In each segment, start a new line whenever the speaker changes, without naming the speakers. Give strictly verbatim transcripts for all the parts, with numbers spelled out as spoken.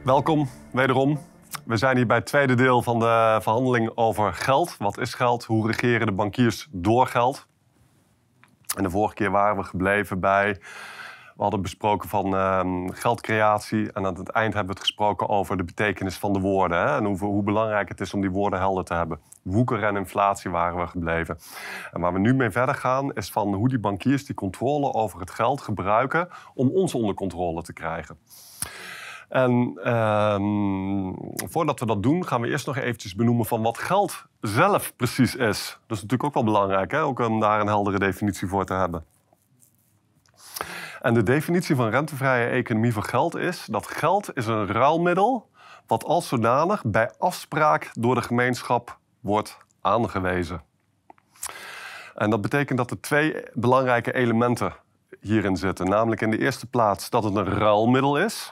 Welkom, wederom. We zijn hier bij het tweede deel van de verhandeling over geld. Wat is geld? Hoe regeren de bankiers door geld? En de vorige keer waren we gebleven bij... We hadden besproken van uh, geldcreatie en aan het eind hebben we het gesproken over de betekenis van de woorden. Hè? En hoe, hoe belangrijk het is om die woorden helder te hebben. Woeker en inflatie waren we gebleven. En waar we nu mee verder gaan is van hoe die bankiers die controle over het geld gebruiken om ons onder controle te krijgen. En uh, voordat we dat doen gaan we eerst nog eventjes benoemen van wat geld zelf precies is. Dat is natuurlijk ook wel belangrijk, hè? Ook om daar een heldere definitie voor te hebben. En de definitie van rentevrije economie voor geld is dat geld is een ruilmiddel wat als zodanig bij afspraak door de gemeenschap wordt aangewezen. En dat betekent dat er twee belangrijke elementen hierin zitten. Namelijk in de eerste plaats dat het een ruilmiddel is.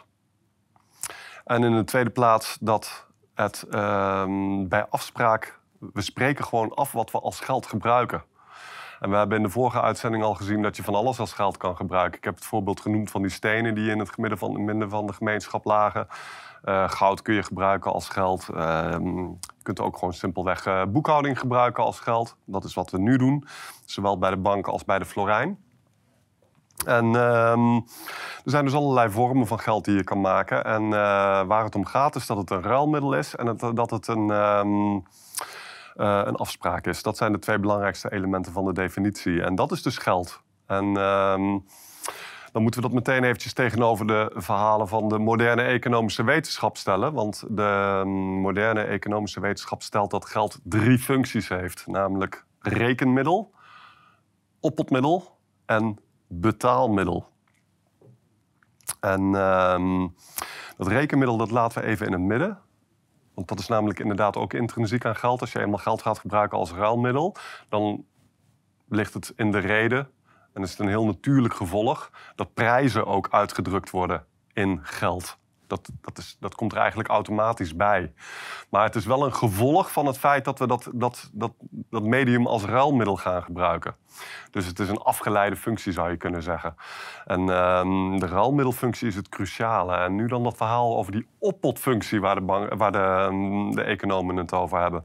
En in de tweede plaats dat het uh, bij afspraak, we spreken gewoon af wat we als geld gebruiken. En we hebben in de vorige uitzending al gezien dat je van alles als geld kan gebruiken. Ik heb het voorbeeld genoemd van die stenen die in het midden van, het midden van de gemeenschap lagen. Uh, goud kun je gebruiken als geld. Uh, je kunt ook gewoon simpelweg uh, boekhouding gebruiken als geld. Dat is wat we nu doen, zowel bij de bank als bij de Florijn. En uh, er zijn dus allerlei vormen van geld die je kan maken. En uh, waar het om gaat is dat het een ruilmiddel is en het, dat het een... Um, Uh, een afspraak is. Dat zijn de twee belangrijkste elementen van de definitie. En dat is dus geld. En uh, dan moeten we dat meteen eventjes tegenover de verhalen van de moderne economische wetenschap stellen. Want de um, moderne economische wetenschap stelt dat geld drie functies heeft. Namelijk rekenmiddel, oppotmiddel en betaalmiddel. En uh, dat rekenmiddel dat laten we even in het midden. Want dat is namelijk inderdaad ook intrinsiek aan geld. Als je eenmaal geld gaat gebruiken als ruilmiddel, dan ligt het in de reden. En is het een heel natuurlijk gevolg dat prijzen ook uitgedrukt worden in geld. Dat, dat, is, dat komt er eigenlijk automatisch bij. Maar het is wel een gevolg van het feit dat we dat, dat, dat, dat medium als ruilmiddel gaan gebruiken. Dus het is een afgeleide functie, zou je kunnen zeggen. En uh, de ruilmiddelfunctie is het cruciale. En nu dan dat verhaal over die oppotfunctie waar de, bank, waar de, um, de economen het over hebben.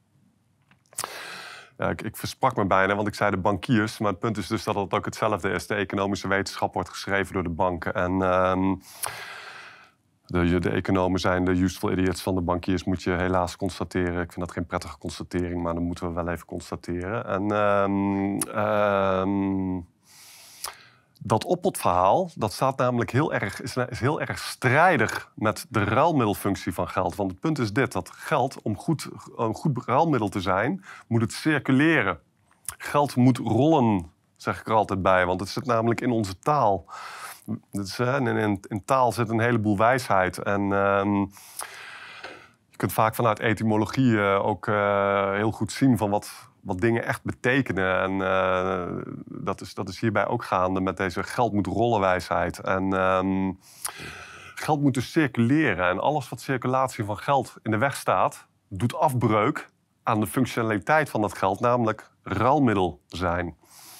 Ja, ik, ik versprak me bijna, want ik zei de bankiers. Maar het punt is dus dat het ook hetzelfde is. De economische wetenschap wordt geschreven door de banken. En... Uh, De, de economen zijn de useful idiots van de bankiers, moet je helaas constateren. Ik vind dat geen prettige constatering, maar dat moeten we wel even constateren. En um, um, dat oppotverhaal, dat staat namelijk heel erg, is, is heel erg strijdig met de ruilmiddelfunctie van geld. Want het punt is dit, dat geld, om goed, een goed ruilmiddel te zijn, moet het circuleren. Geld moet rollen, zeg ik er altijd bij, want het zit namelijk in onze taal. Dus, uh, in, in, in taal zit een heleboel wijsheid. En uh, je kunt vaak vanuit etymologie uh, ook uh, heel goed zien van wat, wat dingen echt betekenen. En uh, dat, is, dat is hierbij ook gaande met deze geld moet rollen wijsheid. En uh, geld moet dus circuleren. En alles wat circulatie van geld in de weg staat, doet afbreuk aan de functionaliteit van dat geld, namelijk ruilmiddel zijn.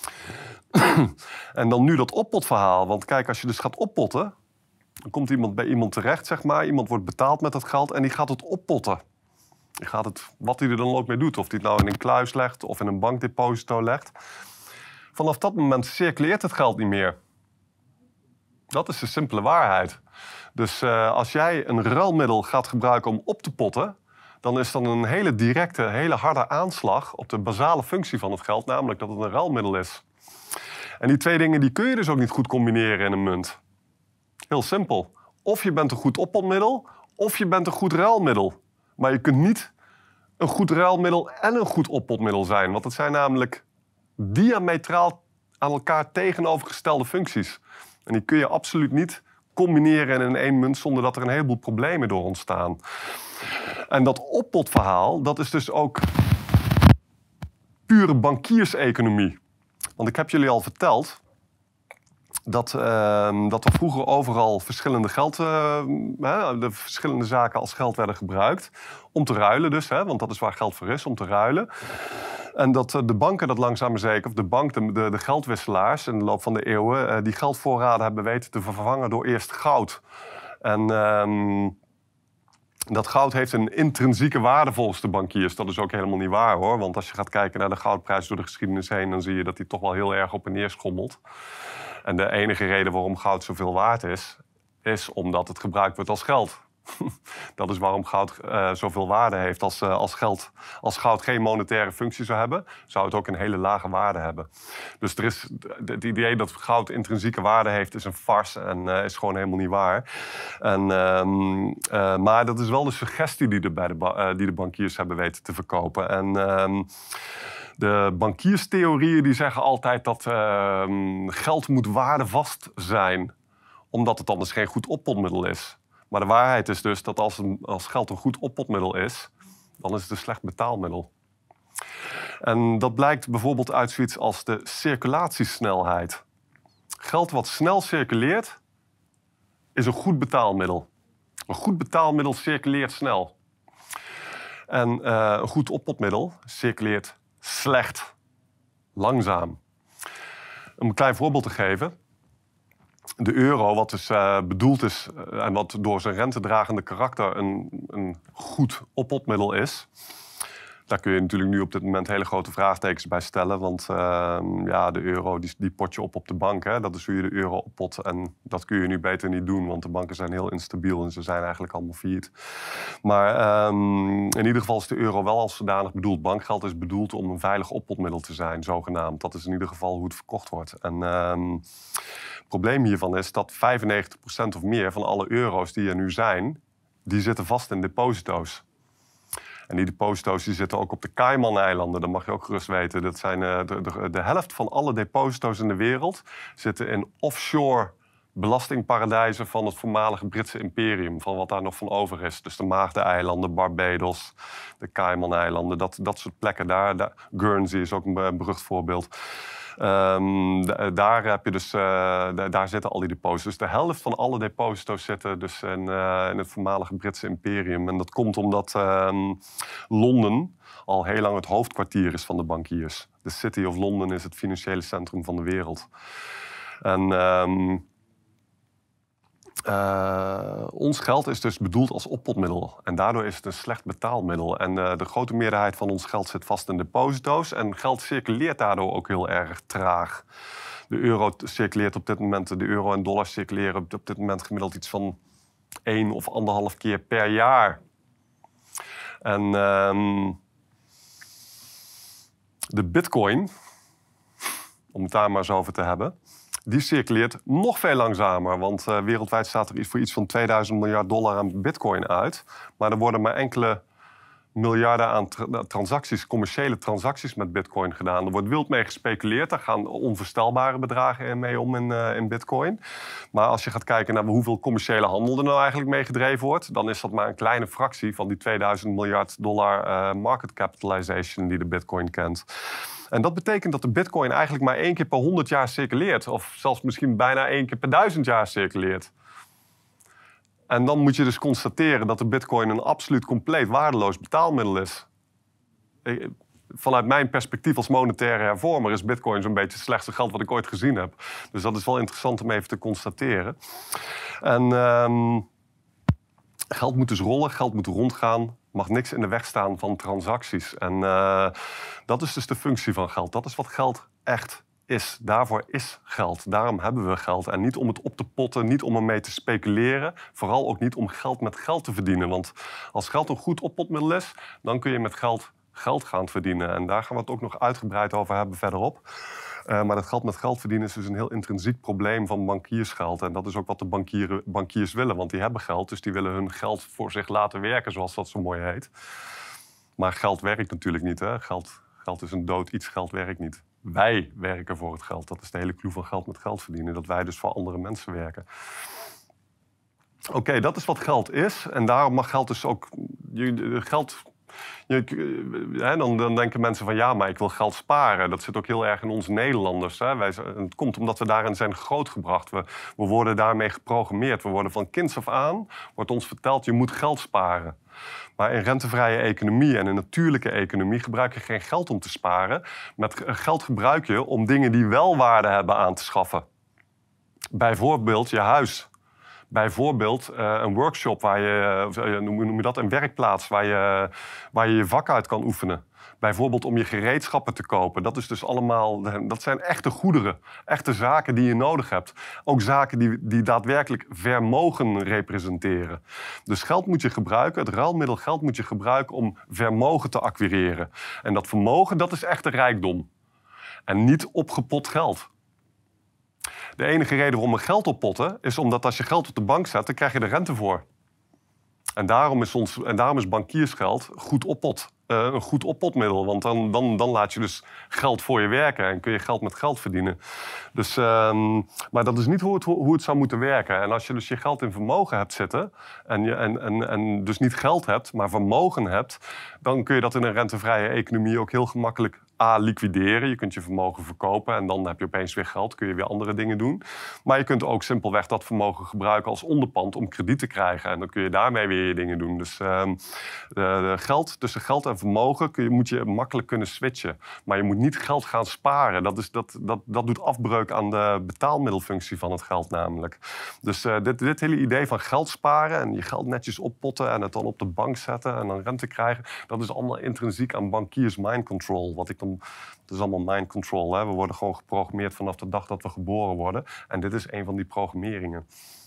En dan nu dat oppotverhaal. Want kijk, als je dus gaat oppotten, dan komt iemand bij iemand terecht, zeg maar. Iemand wordt betaald met dat geld en die gaat het oppotten. Die gaat het, wat hij er dan ook mee doet. Of hij het nou in een kluis legt of in een bankdeposito legt. Vanaf dat moment circuleert het geld niet meer. Dat is de simpele waarheid. Dus uh, als jij een ruilmiddel gaat gebruiken om op te potten, dan is dat een hele directe, hele harde aanslag op de basale functie van het geld, namelijk dat het een ruilmiddel is. En die twee dingen die kun je dus ook niet goed combineren in een munt. Heel simpel. Of je bent een goed oppotmiddel, of je bent een goed ruilmiddel. Maar je kunt niet een goed ruilmiddel en een goed oppotmiddel zijn. Want het zijn namelijk diametraal aan elkaar tegenovergestelde functies. En die kun je absoluut niet combineren in één munt zonder dat er een heleboel problemen door ontstaan. En dat oppotverhaal, dat is dus ook pure bankierseconomie. Want ik heb jullie al verteld dat, uh, dat er vroeger overal verschillende geld, uh, de verschillende zaken als geld werden gebruikt. Om te ruilen dus, hè, want dat is waar geld voor is, om te ruilen. En dat uh, de banken dat langzaam maar zeker, of de bank, de, de, de geldwisselaars in de loop van de eeuwen, uh, die geldvoorraden hebben weten te vervangen door eerst goud. En... Uh, Dat goud heeft een intrinsieke waarde volgens de bankiers. Dat is ook helemaal niet waar, hoor. Want als je gaat kijken naar de goudprijs door de geschiedenis heen, dan zie je dat die toch wel heel erg op en neer schommelt. En de enige reden waarom goud zoveel waard is, is omdat het gebruikt wordt als geld. Dat is waarom goud uh, zoveel waarde heeft. Als, uh, als, geld, als goud geen monetaire functie zou hebben, zou het ook een hele lage waarde hebben. Dus er is, het idee dat goud intrinsieke waarde heeft, is een farce en uh, is gewoon helemaal niet waar. En, uh, uh, maar dat is wel de suggestie die de, bij de, uh, die de bankiers hebben weten te verkopen. En uh, de bankierstheorieën die zeggen altijd dat uh, geld moet waardevast zijn, omdat het anders geen goed oppotmiddel is. Maar de waarheid is dus dat als, een, als geld een goed oppotmiddel is, dan is het een slecht betaalmiddel. En dat blijkt bijvoorbeeld uit zoiets als de circulatiesnelheid. Geld wat snel circuleert, is een goed betaalmiddel. Een goed betaalmiddel circuleert snel. En uh, een goed oppotmiddel circuleert slecht, langzaam. Om een klein voorbeeld te geven. De euro, wat dus uh, bedoeld is uh, en wat door zijn rentedragende karakter een, een goed oppotmiddel is. Daar kun je natuurlijk nu op dit moment hele grote vraagtekens bij stellen. Want uh, ja, de euro die, die pot je op op de bank. Hè? Dat is hoe je de euro oppot. En dat kun je nu beter niet doen, want de banken zijn heel instabiel en ze zijn eigenlijk allemaal failliet. Maar um, in ieder geval is de euro wel als zodanig bedoeld. Bankgeld is bedoeld om een veilig oppotmiddel te zijn, zogenaamd. Dat is in ieder geval hoe het verkocht wordt. En um, het probleem hiervan is dat vijfennegentig procent of meer van alle euro's die er nu zijn, die zitten vast in deposito's. En die deposito's die zitten ook op de Cayman-eilanden, dat mag je ook gerust weten. Dat zijn, uh, de, de, de helft van alle deposito's in de wereld zitten in offshore belastingparadijzen van het voormalige Britse imperium. Van wat daar nog van over is. Dus de Maagdeneilanden, Barbados, de Cayman-eilanden, dat, dat soort plekken. Daar, daar, Guernsey is ook een berucht voorbeeld. Um, daar, heb je dus, uh, daar zitten al die deposito's. De helft van alle deposito's zitten dus in, uh, in het voormalige Britse imperium. En dat komt omdat uh, Londen al heel lang het hoofdkwartier is van de bankiers. De City of London is het financiële centrum van de wereld. En um, uh, ons geld is dus bedoeld als oppotmiddel. En daardoor is het een slecht betaalmiddel. En uh, de grote meerderheid van ons geld zit vast in deposito's. En geld circuleert daardoor ook heel erg traag. De euro circuleert op dit moment, de euro en dollar circuleren op dit moment gemiddeld iets van één of anderhalf keer per jaar. En um, de bitcoin, om het daar maar eens over te hebben, die circuleert nog veel langzamer. Want uh, wereldwijd staat er voor iets van tweeduizend miljard dollar aan bitcoin uit. Maar er worden maar enkele miljarden aan tra transacties, commerciële transacties met bitcoin gedaan. Er wordt wild mee gespeculeerd. Daar gaan onvoorstelbare bedragen mee om in, uh, in bitcoin. Maar als je gaat kijken naar hoeveel commerciële handel er nou eigenlijk mee gedreven wordt, dan is dat maar een kleine fractie van die tweeduizend miljard dollar uh, market capitalization die de bitcoin kent. En dat betekent dat de bitcoin eigenlijk maar één keer per honderd jaar circuleert. Of zelfs misschien bijna één keer per duizend jaar circuleert. En dan moet je dus constateren dat de bitcoin een absoluut compleet waardeloos betaalmiddel is. Vanuit mijn perspectief als monetaire hervormer is bitcoin zo'n beetje het slechtste geld wat ik ooit gezien heb. Dus dat is wel interessant om even te constateren. En um, geld moet dus rollen, geld moet rondgaan. Mag niks in de weg staan van transacties. En uh, dat is dus de functie van geld. Dat is wat geld echt is. Daarvoor is geld. Daarom hebben we geld. En niet om het op te potten, niet om ermee te speculeren. Vooral ook niet om geld met geld te verdienen. Want als geld een goed oppotmiddel is, dan kun je met geld geld gaan verdienen. En daar gaan we het ook nog uitgebreid over hebben verderop. Uh, maar dat geld met geld verdienen is dus een heel intrinsiek probleem van bankiersgeld. En dat is ook wat de bankieren, bankiers willen. Want die hebben geld, dus die willen hun geld voor zich laten werken, zoals dat zo mooi heet. Maar geld werkt natuurlijk niet. Hè? Geld, geld is een dood iets, geld werkt niet. Wij werken voor het geld. Dat is de hele clue van geld met geld verdienen. Dat wij dus voor andere mensen werken. Oké, okay, dat is wat geld is. En daarom mag geld dus ook... Geld... Je, dan, dan denken mensen van ja, maar ik wil geld sparen. Dat zit ook heel erg in ons Nederlanders. Hè. Wij, het komt omdat we daarin zijn grootgebracht. We, we worden daarmee geprogrammeerd. We worden van kinds af aan, wordt ons verteld, je moet geld sparen. Maar in rentevrije economie en in natuurlijke economie gebruik je geen geld om te sparen. Met geld gebruik je om dingen die wel waarde hebben aan te schaffen. Bijvoorbeeld je huis. Bijvoorbeeld uh, een workshop, waar je, uh, noem, noem je dat, een werkplaats waar je, waar je je vak uit kan oefenen. Bijvoorbeeld om je gereedschappen te kopen. Dat is dus allemaal, dat zijn echte goederen. Echte zaken die je nodig hebt. Ook zaken die, die daadwerkelijk vermogen representeren. Dus geld moet je gebruiken, het ruilmiddel geld moet je gebruiken om vermogen te acquireren. En dat vermogen, dat is echte rijkdom. En niet opgepot geld. De enige reden waarom we geld oppotten is omdat als je geld op de bank zet, dan krijg je er rente voor. En daarom is, ons, en daarom is bankiersgeld goed oppot. Uh, een goed oppotmiddel, want dan, dan, dan laat je dus geld voor je werken en kun je geld met geld verdienen. Dus, uh, maar dat is niet hoe het, hoe het zou moeten werken. En als je dus je geld in vermogen hebt zitten en, je, en, en, en dus niet geld hebt, maar vermogen hebt, dan kun je dat in een rentevrije economie ook heel gemakkelijk A, liquideren. Je kunt je vermogen verkopen en dan heb je opeens weer geld. Kun je weer andere dingen doen. Maar je kunt ook simpelweg dat vermogen gebruiken als onderpand om krediet te krijgen. En dan kun je daarmee weer je dingen doen. Dus uh, de, de geld, tussen geld en vermogen kun je, moet je makkelijk kunnen switchen. Maar je moet niet geld gaan sparen. Dat, is, dat, dat, dat doet afbreuk aan de betaalmiddelfunctie van het geld namelijk. Dus uh, dit, dit hele idee van geld sparen en je geld netjes oppotten en het dan op de bank zetten en dan rente krijgen, dat is allemaal intrinsiek aan bankiers mind control. Wat ik dan Het is allemaal mind control. Hè? We worden gewoon geprogrammeerd vanaf de dag dat we geboren worden. En dit is een van die programmeringen.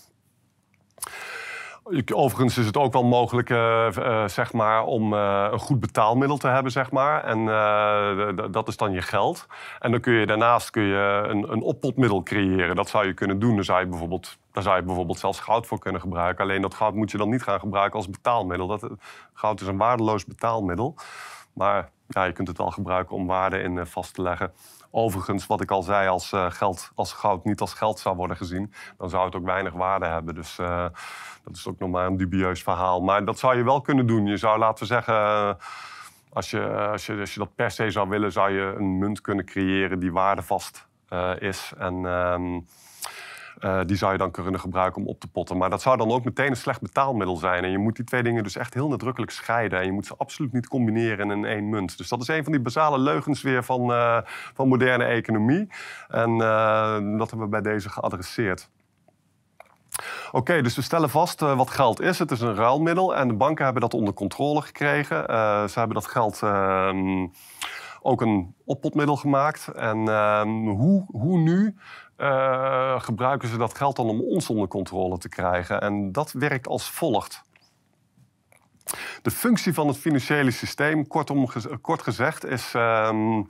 Overigens is het ook wel mogelijk uh, uh, zeg maar, om uh, een goed betaalmiddel te hebben. Zeg maar. En uh, dat is dan je geld. En dan kun je daarnaast kun je een, een oppotmiddel creëren. Dat zou je kunnen doen. Daar zou je bijvoorbeeld, daar zou je bijvoorbeeld zelfs goud voor kunnen gebruiken. Alleen dat goud moet je dan niet gaan gebruiken als betaalmiddel. Dat, goud is een waardeloos betaalmiddel. Maar ja, je kunt het wel gebruiken om waarde in uh, vast te leggen. Overigens, wat ik al zei, als, uh, geld, als goud niet als geld zou worden gezien, dan zou het ook weinig waarde hebben. Dus uh, dat is ook nog maar een dubieus verhaal. Maar dat zou je wel kunnen doen. Je zou, laten we zeggen, uh, als, je, uh, als, je, als je dat per se zou willen, zou je een munt kunnen creëren die waardevast uh, is. En uh, Uh, die zou je dan kunnen gebruiken om op te potten. Maar dat zou dan ook meteen een slecht betaalmiddel zijn. En je moet die twee dingen dus echt heel nadrukkelijk scheiden. En je moet ze absoluut niet combineren in één munt. Dus dat is een van die basale leugens weer van, uh, van moderne economie. En uh, dat hebben we bij deze geadresseerd. Oké, okay, dus we stellen vast uh, wat geld is. Het is een ruilmiddel en de banken hebben dat onder controle gekregen. Uh, ze hebben dat geld uh, ook een oppotmiddel gemaakt. En uh, hoe, hoe nu uh, gebruiken ze dat geld dan om ons onder controle te krijgen? En dat werkt als volgt. De functie van het financiële systeem, kortom, kort gezegd, is uh,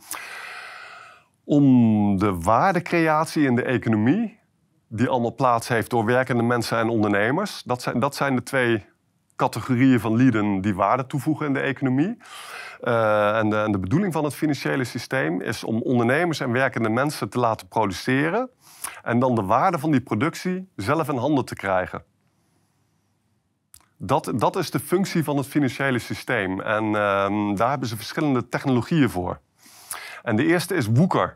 om de waardecreatie in de economie, die allemaal plaats heeft door werkende mensen en ondernemers. Dat zijn, dat zijn de twee categorieën van lieden die waarde toevoegen in de economie. Uh, en, de, en de bedoeling van het financiële systeem is om ondernemers en werkende mensen te laten produceren en dan de waarde van die productie zelf in handen te krijgen. Dat, dat is de functie van het financiële systeem. En uh, daar hebben ze verschillende technologieën voor. En de eerste is woeker.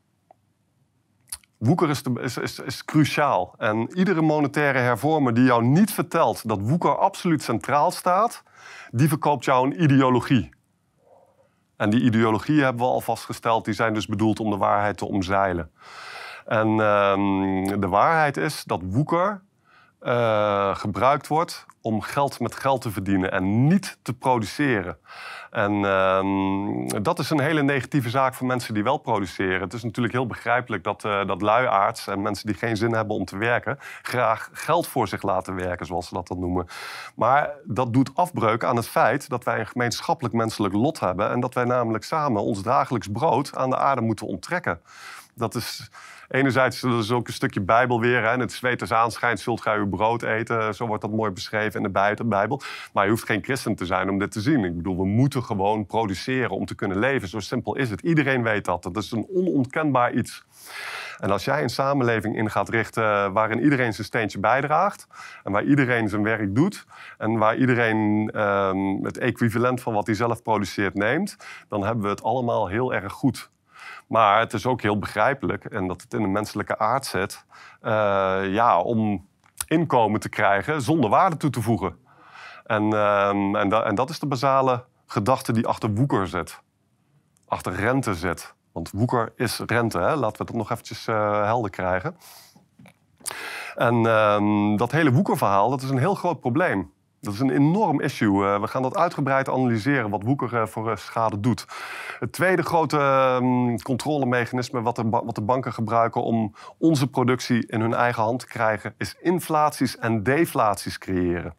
Woeker is, de, is, is, is cruciaal. En iedere monetaire hervormer die jou niet vertelt dat woeker absoluut centraal staat, die verkoopt jou een ideologie. En die ideologieën hebben we al vastgesteld, die zijn dus bedoeld om de waarheid te omzeilen. En uh, de waarheid is dat woeker uh, gebruikt wordt om geld met geld te verdienen en niet te produceren. En uh, dat is een hele negatieve zaak voor mensen die wel produceren. Het is natuurlijk heel begrijpelijk dat, uh, dat luiaards en mensen die geen zin hebben om te werken graag geld voor zich laten werken, zoals ze dat dan noemen. Maar dat doet afbreuk aan het feit dat wij een gemeenschappelijk menselijk lot hebben en dat wij namelijk samen ons dagelijks brood aan de aarde moeten onttrekken. Dat is enerzijds dat is ook een stukje Bijbel weer. Hè? Het zweet als aanschijnt, zult gij uw brood eten. Zo wordt dat mooi beschreven in de Bijbel. Maar je hoeft geen christen te zijn om dit te zien. Ik bedoel, we moeten gewoon produceren om te kunnen leven. Zo simpel is het. Iedereen weet dat. Dat is een onontkenbaar iets. En als jij een samenleving in gaat richten waarin iedereen zijn steentje bijdraagt en waar iedereen zijn werk doet en waar iedereen um, het equivalent van wat hij zelf produceert neemt, dan hebben we het allemaal heel erg goed. Maar het is ook heel begrijpelijk, en dat het in de menselijke aard zit, uh, ja, om inkomen te krijgen zonder waarde toe te voegen. En, uh, en, da en dat is de basale gedachte die achter woeker zit. Achter rente zit. Want woeker is rente, hè? Laten we dat nog eventjes uh, helder krijgen. En uh, dat hele woekerverhaal, dat is een heel groot probleem. Dat is een enorm issue. Uh, we gaan dat uitgebreid analyseren, wat woeker uh, voor uh, schade doet. Het tweede grote uh, controlemechanisme wat de, wat de banken gebruiken om onze productie in hun eigen hand te krijgen, is inflaties en deflaties creëren.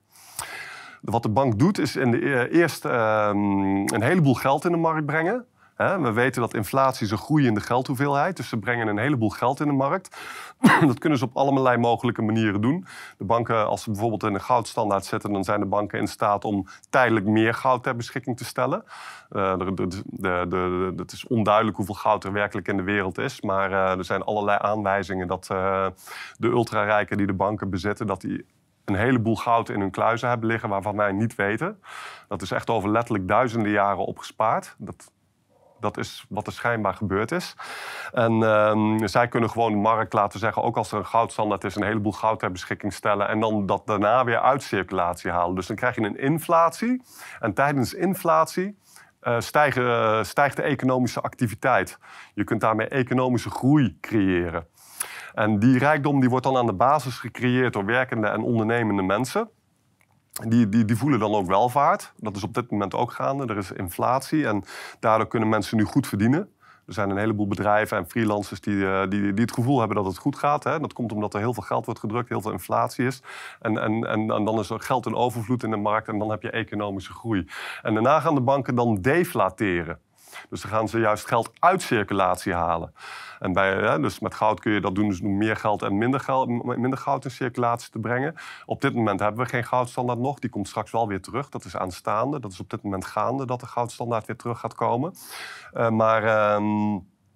Wat de bank doet, is in de, uh, eerst uh, een heleboel geld in de markt brengen. He, we weten dat inflatie is een groeiende geldhoeveelheid, dus ze brengen een heleboel geld in de markt. Dat kunnen ze op allerlei mogelijke manieren doen. De banken, als ze bijvoorbeeld in een goudstandaard zitten, dan zijn de banken in staat om tijdelijk meer goud ter beschikking te stellen. Uh, de, de, de, de, het is onduidelijk hoeveel goud er werkelijk in de wereld is, maar uh, er zijn allerlei aanwijzingen dat uh, de ultrarijken die de banken bezitten, dat die een heleboel goud in hun kluizen hebben liggen waarvan wij niet weten. Dat is echt over letterlijk duizenden jaren opgespaard. Dat, Dat is wat er schijnbaar gebeurd is. En uh, zij kunnen gewoon de markt laten zeggen, ook als er een goudstandaard is, een heleboel goud ter beschikking stellen en dan dat daarna weer uit circulatie halen. Dus dan krijg je een inflatie. En tijdens inflatie uh, stijgen, uh, stijgt de economische activiteit. Je kunt daarmee economische groei creëren. En die rijkdom die wordt dan aan de basis gecreëerd door werkende en ondernemende mensen. Die, die, die voelen dan ook welvaart. Dat is op dit moment ook gaande. Er is inflatie en daardoor kunnen mensen nu goed verdienen. Er zijn een heleboel bedrijven en freelancers die, die, die het gevoel hebben dat het goed gaat. Hè. Dat komt omdat er heel veel geld wordt gedrukt, heel veel inflatie is. En, en, en, en dan is er geld in overvloed in de markt en dan heb je economische groei. En daarna gaan de banken dan deflateren. Dus dan gaan ze juist geld uit circulatie halen. En bij, ja, dus met goud kun je dat doen, dus om meer geld en minder, geld, minder goud in circulatie te brengen. Op dit moment hebben we geen goudstandaard nog. Die komt straks wel weer terug. Dat is aanstaande. Dat is op dit moment gaande dat de goudstandaard weer terug gaat komen. Uh, maar uh,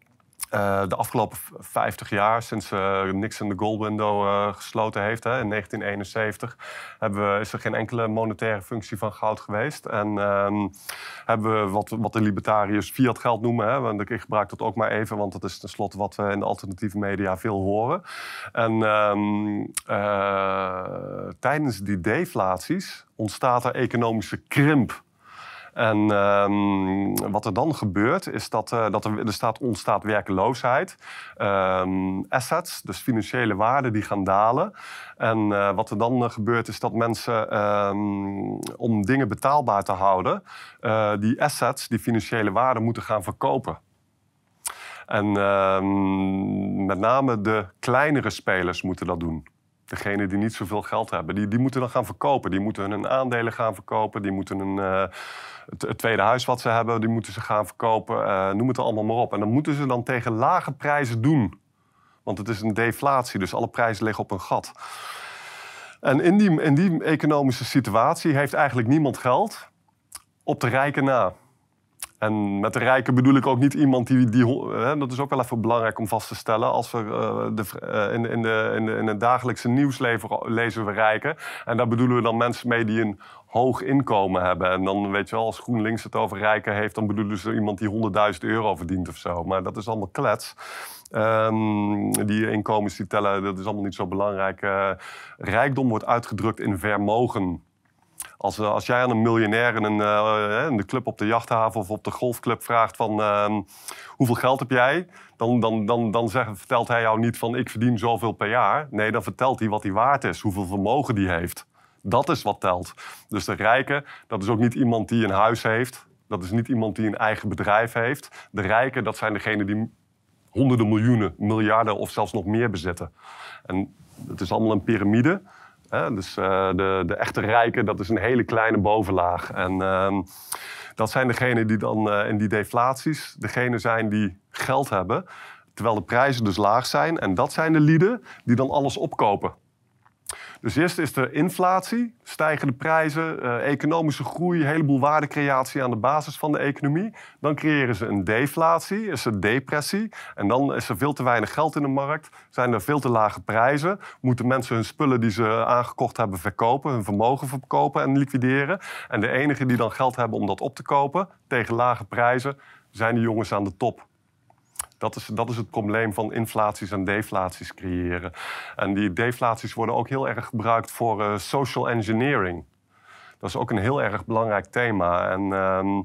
uh, de afgelopen vijftig jaar, sinds uh, Nixon de gold window uh, gesloten heeft, hè, in negentien eenenzeventig, hebben we, is er geen enkele monetaire functie van goud geweest. En uh, hebben we wat, wat de libertariërs fiat geld noemen. Hè, want ik gebruik dat ook maar even, want dat is tenslotte wat we in de alternatieve media veel horen. En uh, uh, tijdens die deflaties ontstaat er economische krimp. En um, wat er dan gebeurt, is dat, uh, dat er, er staat, ontstaat werkeloosheid. Um, assets, dus financiële waarden, die gaan dalen. En uh, wat er dan uh, gebeurt, is dat mensen, um, om dingen betaalbaar te houden, uh, die assets, die financiële waarden, moeten gaan verkopen. En um, met name de kleinere spelers moeten dat doen. Degenen die niet zoveel geld hebben, die, die moeten dan gaan verkopen. Die moeten hun aandelen gaan verkopen. Die moeten een, uh, het, het tweede huis wat ze hebben, die moeten ze gaan verkopen. Uh, noem het allemaal maar op. En dat moeten ze dan tegen lage prijzen doen. Want het is een deflatie, dus alle prijzen liggen op een gat. En in die, in die economische situatie heeft eigenlijk niemand geld op de rijken na. En met de rijken bedoel ik ook niet iemand die... die hè, dat is ook wel even belangrijk om vast te stellen. Als we uh, de, uh, in, in, de, in, de, in het dagelijkse nieuws lezen we rijken. En daar bedoelen we dan mensen mee die een hoog inkomen hebben. En dan weet je wel, als GroenLinks het over rijken heeft, dan bedoelen ze iemand die honderdduizend euro verdient of zo. Maar dat is allemaal klets. Um, die inkomens die tellen, dat is allemaal niet zo belangrijk. Uh, rijkdom wordt uitgedrukt in vermogen. Als, als jij aan een miljonair in, een, uh, in de club op de jachthaven of op de golfclub vraagt van uh, hoeveel geld heb jij? Dan, dan, dan, dan zeg, vertelt hij jou niet van ik verdien zoveel per jaar. Nee, dan vertelt hij wat hij waard is, hoeveel vermogen die heeft. Dat is wat telt. Dus de rijke, dat is ook niet iemand die een huis heeft. Dat is niet iemand die een eigen bedrijf heeft. De rijken, dat zijn degenen die honderden miljoenen, miljarden of zelfs nog meer bezitten. En het is allemaal een piramide. He, dus uh, de, de echte rijken, dat is een hele kleine bovenlaag. En uh, dat zijn degenen die dan uh, in die deflaties, degenen zijn die geld hebben, terwijl de prijzen dus laag zijn. En dat zijn de lieden die dan alles opkopen. Dus eerst is er inflatie, stijgende prijzen, uh, economische groei, een heleboel waardecreatie aan de basis van de economie. Dan creëren ze een deflatie, is er depressie. En dan is er veel te weinig geld in de markt, zijn er veel te lage prijzen. Moeten mensen hun spullen die ze aangekocht hebben verkopen, hun vermogen verkopen en liquideren. En de enigen die dan geld hebben om dat op te kopen tegen lage prijzen, zijn de jongens aan de top. Dat is, dat is het probleem van inflaties en deflaties creëren. En die deflaties worden ook heel erg gebruikt voor uh, social engineering. Dat is ook een heel erg belangrijk thema. En uh,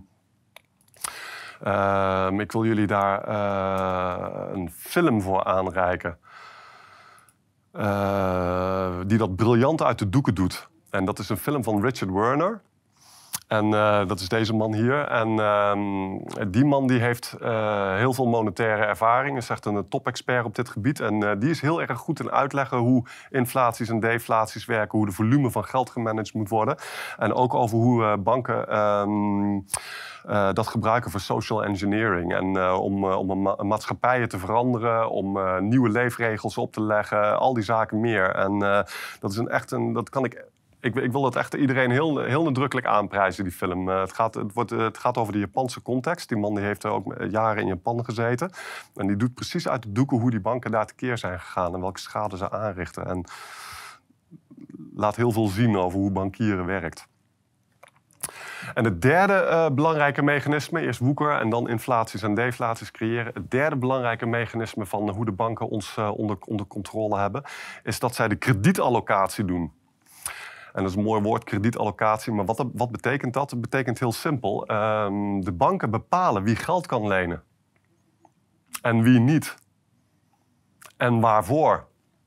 uh, ik wil jullie daar uh, een film voor aanreiken. Uh, die dat briljant uit de doeken doet. En dat is een film van Richard Werner. En uh, dat is deze man hier. En uh, die man die heeft uh, heel veel monetaire ervaring. Is echt een top-expert op dit gebied. En uh, die is heel erg goed in uitleggen hoe inflaties en deflaties werken. Hoe de volume van geld gemanaged moet worden. En ook over hoe uh, banken um, uh, dat gebruiken voor social engineering. En uh, om, uh, om een ma maatschappijen te veranderen. Om uh, nieuwe leefregels op te leggen. Al die zaken meer. En uh, dat is een echt een... Dat kan ik... Ik, ik wil dat echt iedereen heel, heel nadrukkelijk aanprijzen, die film. Uh, het, gaat, het, wordt, uh, het gaat over de Japanse context. Die man die heeft ook jaren in Japan gezeten. En die doet precies uit de doeken hoe die banken daar tekeer zijn gegaan. En welke schade ze aanrichten. En laat heel veel zien over hoe bankieren werkt. En het derde uh, belangrijke mechanisme, eerst woeker en dan inflaties en deflaties creëren. Het derde belangrijke mechanisme van hoe de banken ons uh, onder, onder controle hebben, is dat zij de kredietallocatie doen. En dat is een mooi woord, kredietallocatie. Maar wat, wat betekent dat? Het betekent heel simpel. Um, de banken bepalen wie geld kan lenen. En wie niet. En waarvoor.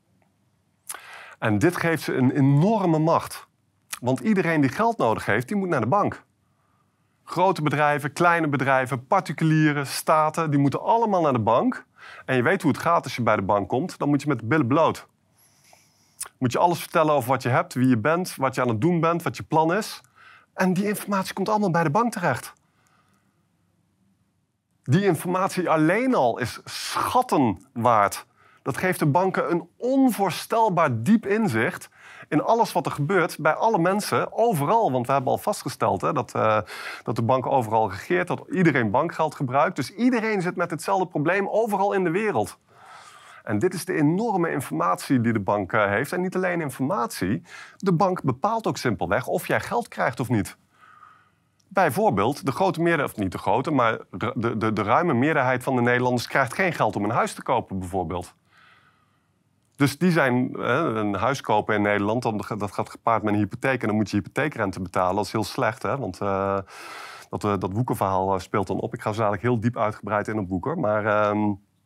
En dit geeft ze een enorme macht. Want iedereen die geld nodig heeft, die moet naar de bank. Grote bedrijven, kleine bedrijven, particulieren, staten, die moeten allemaal naar de bank. En je weet hoe het gaat als je bij de bank komt. Dan moet je met de billen bloot. Moet je alles vertellen over wat je hebt, wie je bent, wat je aan het doen bent, wat je plan is. En die informatie komt allemaal bij de bank terecht. Die informatie alleen al is schatten waard. Dat geeft de banken een onvoorstelbaar diep inzicht in alles wat er gebeurt bij alle mensen, overal. Want we hebben al vastgesteld hè, dat, uh, dat de bank overal regeert, dat iedereen bankgeld gebruikt. Dus iedereen zit met hetzelfde probleem overal in de wereld. En dit is de enorme informatie die de bank uh, heeft. En niet alleen informatie. De bank bepaalt ook simpelweg of jij geld krijgt of niet. Bijvoorbeeld, de grote meerderheid, of niet de grote, maar de, de, de ruime meerderheid van de Nederlanders krijgt geen geld om een huis te kopen, bijvoorbeeld. Dus die zijn uh, een huis kopen in Nederland, dan, dat gaat gepaard met een hypotheek. En dan moet je hypotheekrente betalen. Dat is heel slecht, hè? Want uh, dat, uh, dat woekerverhaal speelt dan op. Ik ga zo dadelijk heel diep uitgebreid in op woeker. Maar... Uh,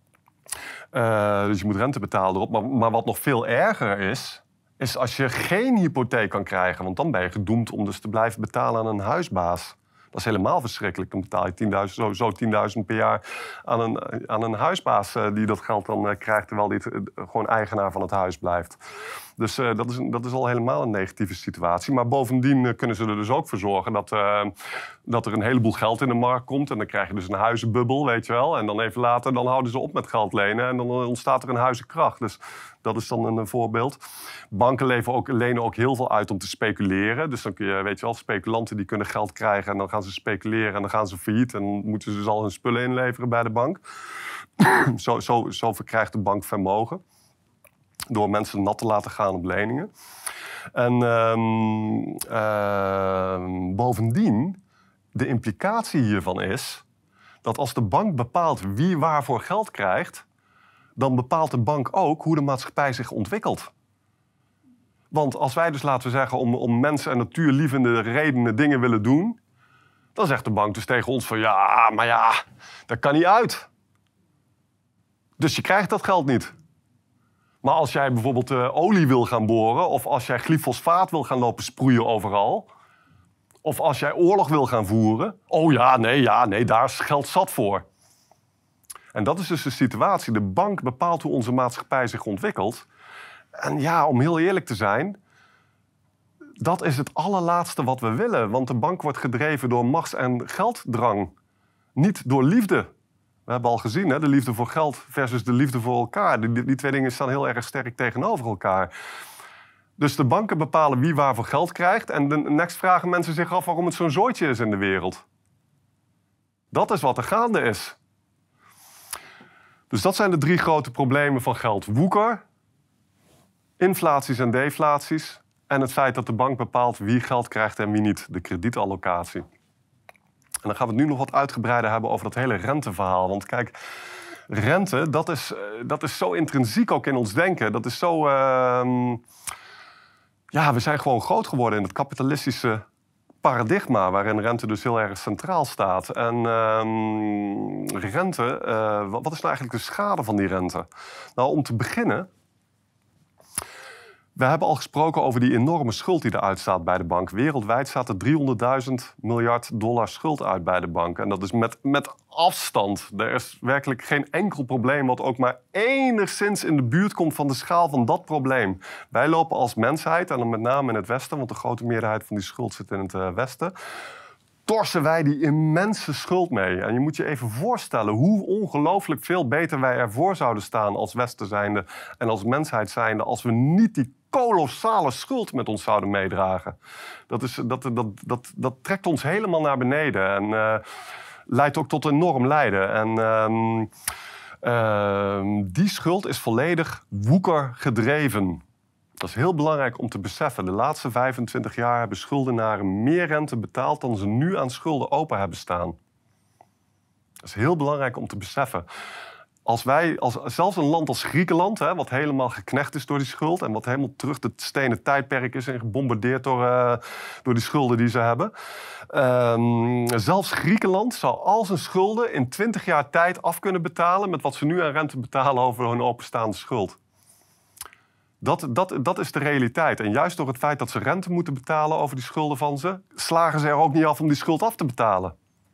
Uh, dus je moet rente betalen erop. Maar, maar wat nog veel erger is, is als je geen hypotheek kan krijgen. Want dan ben je gedoemd om dus te blijven betalen aan een huisbaas. Dat is helemaal verschrikkelijk. Dan betaal je tienduizend, sowieso tienduizend per jaar aan een, aan een huisbaas uh, die dat geld dan uh, krijgt, terwijl die het, uh, gewoon eigenaar van het huis blijft. Dus uh, dat, is, dat is al helemaal een negatieve situatie. Maar bovendien uh, kunnen ze er dus ook voor zorgen dat, uh, dat er een heleboel geld in de markt komt. En dan krijg je dus een huizenbubbel, weet je wel. En dan even later dan houden ze op met geld lenen en dan ontstaat er een huizenkracht. Dus dat is dan een, een voorbeeld. Banken lenen ook, lenen ook heel veel uit om te speculeren. Dus dan kun je, weet je wel, speculanten die kunnen geld krijgen en dan gaan ze speculeren en dan gaan ze failliet. En dan moeten ze dus al hun spullen inleveren bij de bank. zo, zo, zo verkrijgt de bank vermogen. Door mensen nat te laten gaan op leningen. En um, uh, bovendien, de implicatie hiervan is dat als de bank bepaalt wie waarvoor geld krijgt, dan bepaalt de bank ook hoe de maatschappij zich ontwikkelt. Want als wij dus, laten we zeggen, om, om mensen- en natuurlievende redenen dingen willen doen, dan zegt de bank dus tegen ons van ja, maar ja, dat kan niet uit. Dus je krijgt dat geld niet. Maar als jij bijvoorbeeld uh, olie wil gaan boren, of als jij glyfosfaat wil gaan lopen sproeien overal, of als jij oorlog wil gaan voeren, oh ja, nee, ja, nee, daar is geld zat voor. En dat is dus de situatie. De bank bepaalt hoe onze maatschappij zich ontwikkelt. En ja, om heel eerlijk te zijn, dat is het allerlaatste wat we willen. Want de bank wordt gedreven door machts- en gelddrang, niet door liefde. We hebben al gezien, hè, de liefde voor geld versus de liefde voor elkaar. Die, die twee dingen staan heel erg sterk tegenover elkaar. Dus de banken bepalen wie waarvoor geld krijgt. En de next vragen mensen zich af waarom het zo'n zooitje is in de wereld. Dat is wat er gaande is. Dus dat zijn de drie grote problemen van geld. Woeker, inflaties en deflaties. En het feit dat de bank bepaalt wie geld krijgt en wie niet. De kredietallocatie. En dan gaan we het nu nog wat uitgebreider hebben over dat hele renteverhaal. Want kijk, rente, dat is, dat is zo intrinsiek ook in ons denken. Dat is zo... Uh, ja, we zijn gewoon groot geworden in het kapitalistische paradigma, waarin rente dus heel erg centraal staat. En uh, rente, uh, wat is nou eigenlijk de schade van die rente? Nou, om te beginnen We hebben al gesproken over die enorme schuld die eruit staat bij de bank. Wereldwijd staat er driehonderdduizend miljard dollar schuld uit bij de bank. En dat is met, met afstand. Er is werkelijk geen enkel probleem wat ook maar enigszins in de buurt komt van de schaal van dat probleem. Wij lopen als mensheid, en dan met name in het Westen, want de grote meerderheid van die schuld zit in het uh, Westen, torsen wij die immense schuld mee. En je moet je even voorstellen hoe ongelooflijk veel beter wij ervoor zouden staan als Westen zijnde en als mensheid zijnde als we niet die kolossale schuld met ons zouden meedragen. Dat, is, dat, dat, dat, dat trekt ons helemaal naar beneden en uh, leidt ook tot enorm lijden. En uh, uh, die schuld is volledig woekergedreven. Dat is heel belangrijk om te beseffen. De laatste vijfentwintig jaar hebben schuldenaren meer rente betaald dan ze nu aan schulden open hebben staan. Dat is heel belangrijk om te beseffen. Als wij, als, zelfs een land als Griekenland, hè, wat helemaal geknecht is door die schuld en wat helemaal terug het stenen tijdperk is en gebombardeerd door, uh, door die schulden die ze hebben. Um, zelfs Griekenland zou al zijn schulden in twintig jaar tijd af kunnen betalen met wat ze nu aan rente betalen over hun openstaande schuld. Dat, dat, dat is de realiteit. En juist door het feit dat ze rente moeten betalen over die schulden van ze, slagen ze er ook niet af om die schuld af te betalen.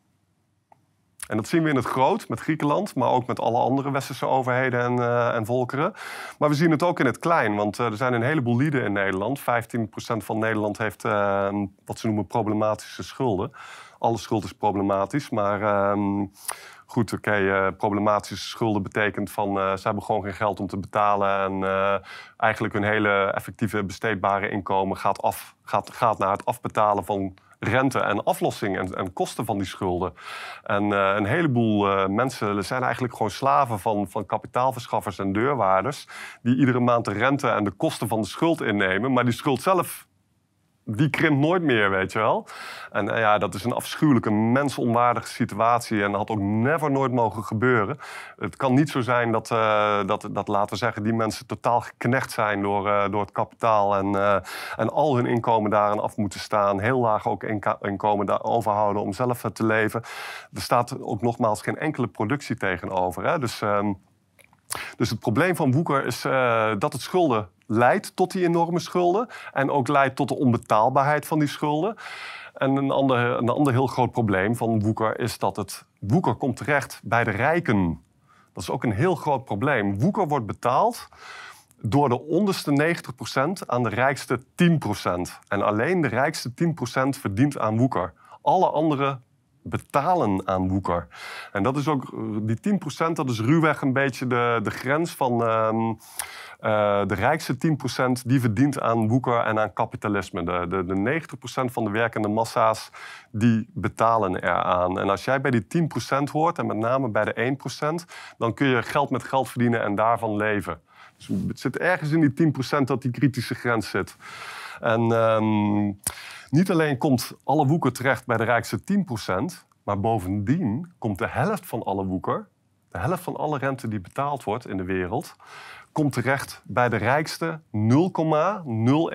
En dat zien we in het groot met Griekenland, maar ook met alle andere westerse overheden en, uh, en volkeren. Maar we zien het ook in het klein, want uh, er zijn een heleboel lieden in Nederland. vijftien procent van Nederland heeft uh, wat ze noemen problematische schulden. Alle schuld is problematisch, maar uh, goed, oké, okay, uh, problematische schulden betekent van uh, ze hebben gewoon geen geld om te betalen en uh, eigenlijk hun hele effectieve besteedbare inkomen gaat, af, gaat, gaat naar het afbetalen van rente en aflossing en, en kosten van die schulden. En uh, een heleboel uh, mensen zijn eigenlijk gewoon slaven van, van kapitaalverschaffers en deurwaarders die iedere maand de rente en de kosten van de schuld innemen, maar die schuld zelf, die krimpt nooit meer, weet je wel. En uh, ja, dat is een afschuwelijke, mensonwaardige situatie en dat had ook never nooit mogen gebeuren. Het kan niet zo zijn dat, uh, dat, dat laten we zeggen, die mensen totaal geknecht zijn door, uh, door het kapitaal en, uh, en al hun inkomen daaraan af moeten staan. Heel laag ook inka- inkomen daar overhouden om zelf te leven. Er staat ook nogmaals geen enkele productie tegenover. Hè? Dus, uh, dus het probleem van woeker is uh, dat het schulden leidt tot die enorme schulden en ook leidt tot de onbetaalbaarheid van die schulden. En een ander, een ander heel groot probleem van woeker is dat het woeker komt terecht bij de rijken. Dat is ook een heel groot probleem. Woeker wordt betaald door de onderste negentig procent aan de rijkste tien procent. En alleen de rijkste tien procent verdient aan woeker. Alle anderen betalen aan woeker. En dat is ook, die tien procent, dat is ruwweg een beetje de, de grens van uh, uh, de rijkste tien procent die verdient aan woeker en aan kapitalisme. De, de, de negentig procent van de werkende massa's, die betalen eraan. En als jij bij die tien procent hoort, en met name bij de één procent, dan kun je geld met geld verdienen en daarvan leven. Dus het zit ergens in die tien procent dat die kritische grens zit. En um, niet alleen komt alle woeker terecht bij de rijkste tien procent, maar bovendien komt de helft van alle woeker, de helft van alle rente die betaald wordt in de wereld, komt terecht bij de rijkste nul komma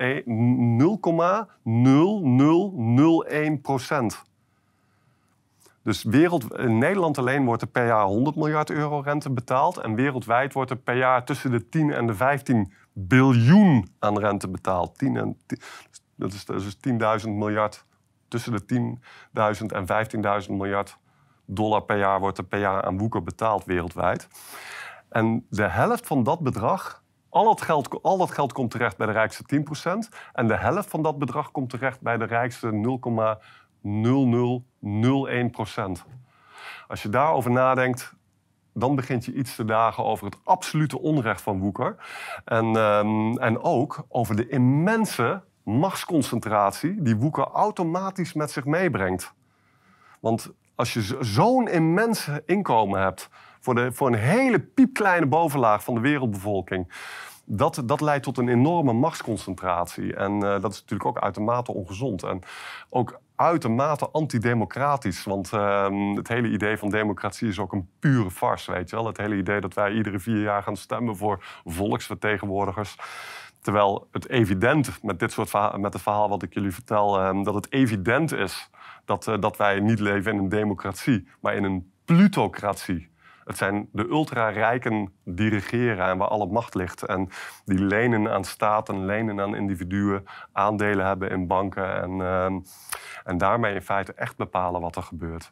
nul nul nul één procent. Dus wereld, in Nederland alleen wordt er per jaar honderd miljard euro rente betaald en wereldwijd wordt er per jaar tussen de tien en de vijftien biljoen aan rente betaald. tien en, dat is dus tienduizend miljard, tussen de tienduizend en vijftienduizend miljard dollar per jaar wordt er per jaar aan woeker betaald wereldwijd. En de helft van dat bedrag, al dat geld, al dat geld komt terecht bij de rijkste tien procent en de helft van dat bedrag komt terecht bij de rijkste nul komma nul nul nul één procent. Als je daarover nadenkt, dan begint je iets te dagen over het absolute onrecht van woeker. En, um, en ook over de immense machtsconcentratie die woeker automatisch met zich meebrengt. Want als je zo'n immens inkomen hebt voor, de, voor een hele piepkleine bovenlaag van de wereldbevolking, dat, dat leidt tot een enorme machtsconcentratie. En uh, dat is natuurlijk ook uitermate ongezond. En ook uitermate antidemocratisch. Want uh, het hele idee van democratie is ook een pure farce, weet je wel. Het hele idee dat wij iedere vier jaar gaan stemmen voor volksvertegenwoordigers. Terwijl het evident, met dit soort verhaal, met het verhaal wat ik jullie vertel, uh, dat het evident is dat, uh, dat wij niet leven in een democratie, maar in een plutocratie. Het zijn de ultra-rijken die regeren en waar alle macht ligt. En die lenen aan staten, lenen aan individuen, aandelen hebben in banken. En, uh, en daarmee in feite echt bepalen wat er gebeurt.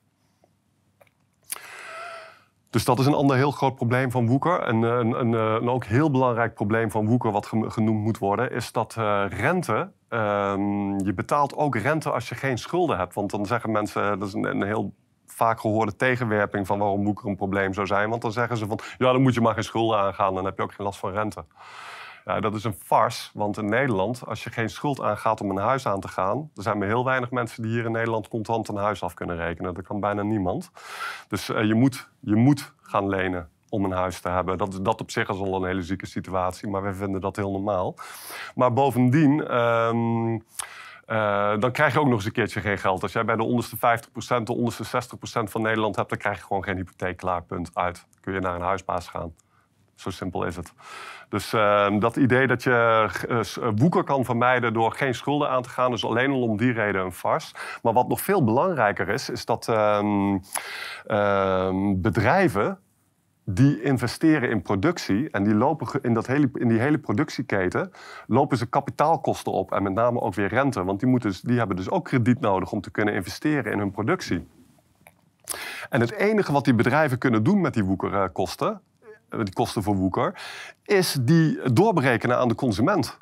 Dus dat is een ander heel groot probleem van woeker. En een, een, een ook heel belangrijk probleem van woeker wat genoemd moet worden, is dat uh, rente, uh, je betaalt ook rente als je geen schulden hebt. Want dan zeggen mensen, dat is een, een heel vaak gehoorde tegenwerping van waarom woeker een probleem zou zijn. Want dan zeggen ze van, ja, dan moet je maar geen schulden aangaan, dan heb je ook geen last van rente. Ja, dat is een farce, want in Nederland, als je geen schuld aangaat om een huis aan te gaan, er zijn maar heel weinig mensen die hier in Nederland contant een huis af kunnen rekenen. Dat kan bijna niemand. Dus uh, je, moet, je moet gaan lenen om een huis te hebben. Dat, dat op zich is al een hele zieke situatie, maar wij vinden dat heel normaal. Maar bovendien, um, uh, dan krijg je ook nog eens een keertje geen geld. Als jij bij de onderste vijftig procent, de onderste zestig procent van Nederland hebt, dan krijg je gewoon geen hypotheek, klaar, punt, uit. Dan kun je naar een huisbaas gaan. Zo simpel is het. Dus uh, dat idee dat je uh, woeker kan vermijden door geen schulden aan te gaan, is alleen al om die reden een farce. Maar wat nog veel belangrijker is, is dat uh, uh, bedrijven die investeren in productie en die lopen in, dat hele, in die hele productieketen, lopen ze kapitaalkosten op en met name ook weer rente. Want die, moeten, die hebben dus ook krediet nodig om te kunnen investeren in hun productie. En het enige wat die bedrijven kunnen doen met die woekerkosten, die kosten voor woeker, is die doorberekenen aan de consument.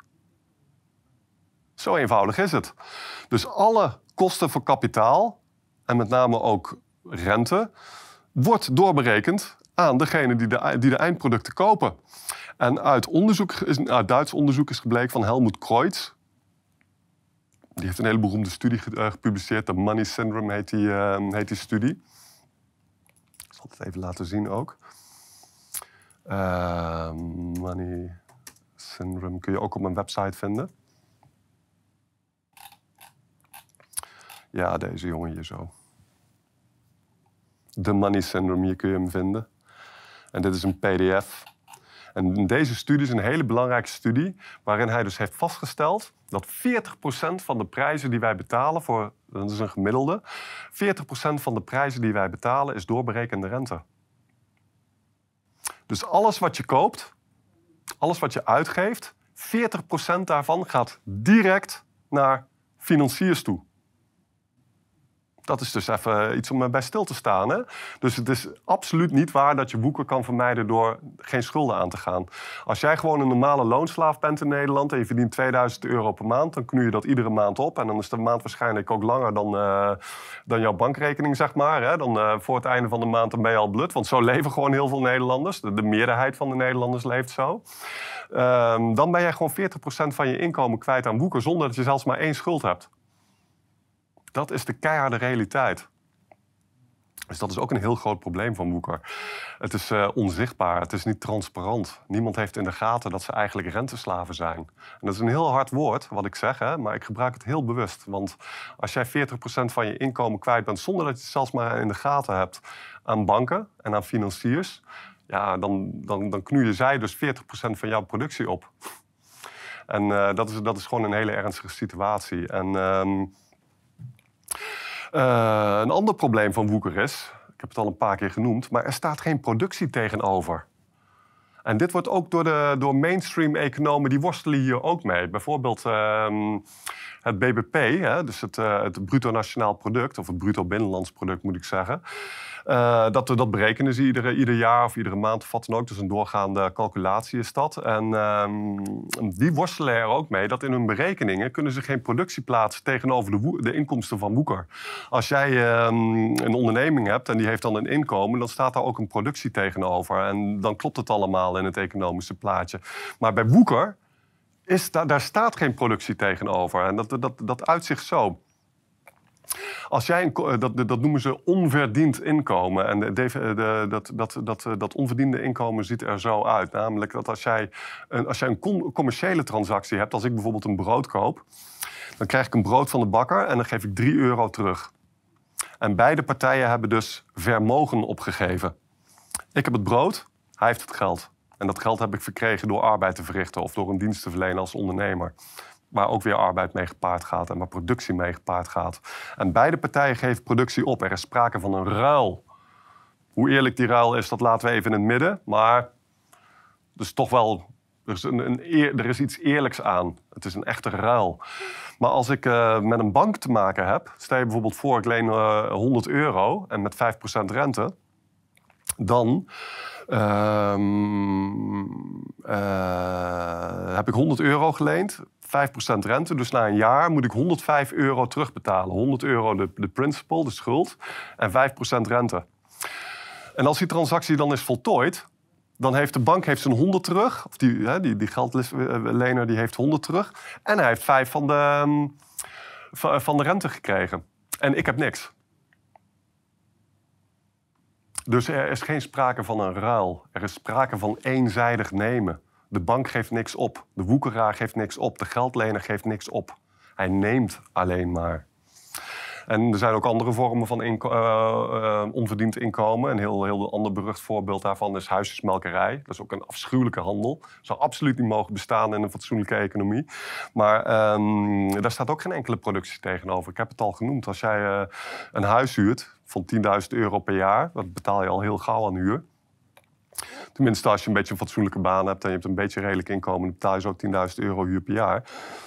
Zo eenvoudig is het. Dus alle kosten voor kapitaal, en met name ook rente, wordt doorberekend aan degene die de, die de eindproducten kopen. En uit, onderzoek is, uit Duits onderzoek is gebleken van Helmut Kreutz. Die heeft een hele beroemde studie gepubliceerd. De Money Syndrome heet die, uh, heet die studie. Ik zal het even laten zien ook. Uh, Money Syndrome kun je ook op mijn website vinden. Ja, deze jongen hier zo. De Money Syndrome, hier kun je hem vinden. En dit is een P D F. En deze studie is een hele belangrijke studie, waarin hij dus heeft vastgesteld dat veertig procent van de prijzen die wij betalen voor, dat is een gemiddelde, veertig procent van de prijzen die wij betalen is doorberekende rente. Dus alles wat je koopt, alles wat je uitgeeft, veertig procent daarvan gaat direct naar financiers toe. Dat is dus even iets om bij stil te staan. Hè? Dus het is absoluut niet waar dat je woeker kan vermijden door geen schulden aan te gaan. Als jij gewoon een normale loonslaaf bent in Nederland en je verdient tweeduizend euro per maand, dan knoei je dat iedere maand op. En dan is de maand waarschijnlijk ook langer dan, uh, dan jouw bankrekening, zeg maar. Hè? Dan uh, voor het einde van de maand dan ben je al blut. Want zo leven gewoon heel veel Nederlanders. De, de meerderheid van de Nederlanders leeft zo. Uh, dan ben jij gewoon veertig procent van je inkomen kwijt aan woeker zonder dat je zelfs maar één schuld hebt. Dat is de keiharde realiteit. Dus dat is ook een heel groot probleem van woeker. Het is uh, onzichtbaar, het is niet transparant. Niemand heeft in de gaten dat ze eigenlijk renteslaven zijn. En dat is een heel hard woord, wat ik zeg, hè, maar ik gebruik het heel bewust. Want als jij veertig procent van je inkomen kwijt bent zonder dat je het zelfs maar in de gaten hebt aan banken en aan financiers, ja, dan, dan, dan knoeien zij dus veertig procent van jouw productie op. En uh, dat, is, dat is gewoon een hele ernstige situatie. En Uh, Uh, een ander probleem van woeker is, ik heb het al een paar keer genoemd, maar er staat geen productie tegenover. En dit wordt ook door, de, door mainstream-economen, die worstelen hier ook mee. Bijvoorbeeld uh, het B B P, hè, dus het, uh, het bruto nationaal product, of het bruto binnenlands product moet ik zeggen. Uh, dat, dat berekenen ze iedere, ieder jaar of iedere maand of wat dan ook. Dus een doorgaande calculatie is dat. En uh, die worstelen er ook mee dat in hun berekeningen kunnen ze geen productie plaatsen tegenover de, woe- de inkomsten van woeker. Als jij uh, een onderneming hebt en die heeft dan een inkomen, dan staat daar ook een productie tegenover. En dan klopt het allemaal in het economische plaatje. Maar bij woeker, is da- daar staat geen productie tegenover. En dat, dat, dat uitzicht zo. Als jij een, dat, dat noemen ze onverdiend inkomen. En de, de, de, dat, dat, dat, dat onverdiende inkomen ziet er zo uit. Namelijk dat als jij een, als jij een commerciële transactie hebt, als ik bijvoorbeeld een brood koop, dan krijg ik een brood van de bakker en dan geef ik drie euro terug. En beide partijen hebben dus vermogen opgegeven. Ik heb het brood, hij heeft het geld. En dat geld heb ik verkregen door arbeid te verrichten of door een dienst te verlenen als ondernemer. Waar ook weer arbeid mee gepaard gaat en waar productie mee gepaard gaat. En beide partijen geven productie op. Er is sprake van een ruil. Hoe eerlijk die ruil is, dat laten we even in het midden. Maar dus toch wel, er is, een, een eer, er is iets eerlijks aan. Het is een echte ruil. Maar als ik uh, met een bank te maken heb, stel je bijvoorbeeld voor ik leen uh, honderd euro en met vijf procent rente, dan uh, uh, heb ik honderd euro geleend, vijf procent rente. Dus na een jaar moet ik honderdvijf euro terugbetalen. honderd euro de, de principal, de schuld, en vijf procent rente. En als die transactie dan is voltooid, dan heeft de bank heeft zijn honderd terug. Of die, hè, die, die geldlener die heeft honderd terug. En hij heeft vijf van de, um, van de rente gekregen. En ik heb niks. Dus er is geen sprake van een ruil. Er is sprake van eenzijdig nemen. De bank geeft niks op. De woekeraar geeft niks op. De geldlener geeft niks op. Hij neemt alleen maar. En er zijn ook andere vormen van inko- uh, uh, onverdiend inkomen. Een heel, heel ander berucht voorbeeld daarvan is huisjesmelkerij. Dat is ook een afschuwelijke handel. Zou absoluut niet mogen bestaan in een fatsoenlijke economie. Maar um, daar staat ook geen enkele productie tegenover. Ik heb het al genoemd. Als jij uh, een huis huurt van tienduizend euro per jaar, dat betaal je al heel gauw aan huur. Tenminste, als je een beetje een fatsoenlijke baan hebt en je hebt een beetje redelijk inkomen, dan betaal je zo ook tienduizend euro huur per jaar.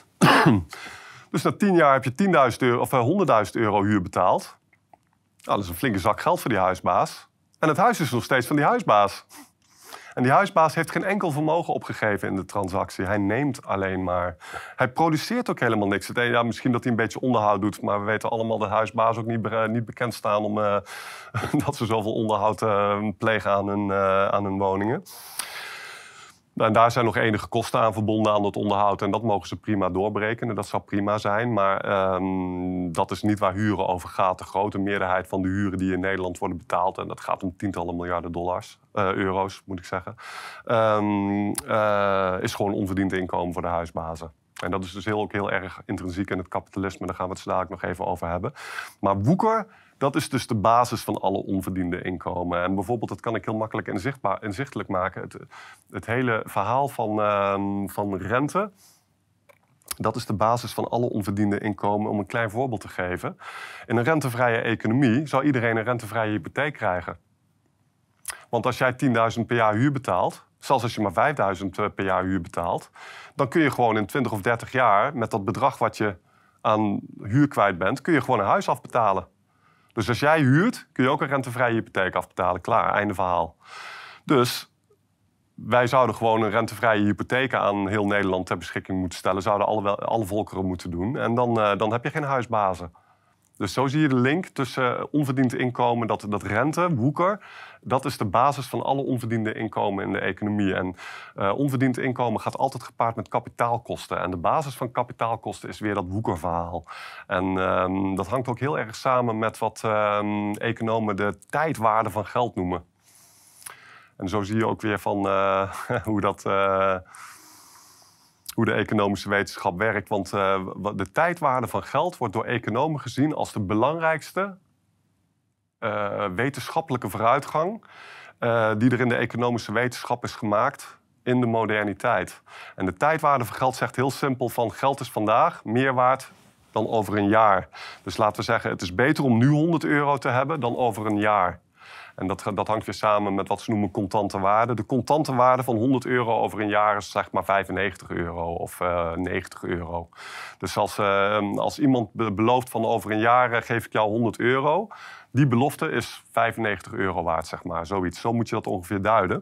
Dus na tien jaar heb je tienduizend euro, of honderdduizend euro huur betaald. Nou, dat is een flinke zak geld voor die huisbaas. En het huis is nog steeds van die huisbaas. En die huisbaas heeft geen enkel vermogen opgegeven in de transactie. Hij neemt alleen maar. Hij produceert ook helemaal niks. Het, ja, misschien dat hij een beetje onderhoud doet, maar we weten allemaal dat huisbaas ook niet, be- niet bekend staan om uh, dat ze zoveel onderhoud uh, plegen aan hun, uh, aan hun woningen. En daar zijn nog enige kosten aan verbonden aan het onderhoud. En dat mogen ze prima doorberekenen. Dat zou prima zijn. Maar um, dat is niet waar huren over gaat. De grote meerderheid van de huren die in Nederland worden betaald, en dat gaat om tientallen miljarden dollars, uh, euro's moet ik zeggen, um, uh, is gewoon onverdiend inkomen voor de huisbazen. En dat is dus heel, ook heel erg intrinsiek in het kapitalisme. Daar gaan we het zo dadelijk nog even over hebben. Maar woeker, dat is dus de basis van alle onverdiende inkomen. En bijvoorbeeld, dat kan ik heel makkelijk inzichtbaar, inzichtelijk maken. Het, het hele verhaal van, uh, van rente, dat is de basis van alle onverdiende inkomen. Om een klein voorbeeld te geven. In een rentevrije economie zou iedereen een rentevrije hypotheek krijgen. Want als jij tienduizend per jaar huur betaalt, zelfs als je maar vijfduizend per jaar huur betaalt, dan kun je gewoon in twintig of dertig jaar met dat bedrag wat je aan huur kwijt bent, kun je gewoon een huis afbetalen. Dus als jij huurt, kun je ook een rentevrije hypotheek afbetalen. Klaar, einde verhaal. Dus wij zouden gewoon een rentevrije hypotheek aan heel Nederland ter beschikking moeten stellen. Zouden alle, alle volkeren moeten doen. En dan, uh, dan heb je geen huisbazen. Dus zo zie je de link tussen onverdiend inkomen, dat, dat rente, woeker, dat is de basis van alle onverdiende inkomen in de economie. En uh, onverdiend inkomen gaat altijd gepaard met kapitaalkosten. En de basis van kapitaalkosten is weer dat woekerverhaal. En um, dat hangt ook heel erg samen met wat um, economen de tijdwaarde van geld noemen. En zo zie je ook weer van uh, hoe dat... Uh, hoe de economische wetenschap werkt. Want uh, de tijdwaarde van geld wordt door economen gezien als de belangrijkste uh, wetenschappelijke vooruitgang uh, die er in de economische wetenschap is gemaakt in de moderniteit. En de tijdwaarde van geld zegt heel simpel van geld is vandaag meer waard dan over een jaar. Dus laten we zeggen, het is beter om nu honderd euro te hebben dan over een jaar. En dat, dat hangt weer samen met wat ze noemen contante waarde. De contante waarde van honderd euro over een jaar is zeg maar vijfennegentig euro of uh, negentig euro. Dus als, uh, als iemand belooft van over een jaar uh, geef ik jou honderd euro, die belofte is vijfennegentig euro waard, zeg maar. Zoiets. Zo moet je dat ongeveer duiden.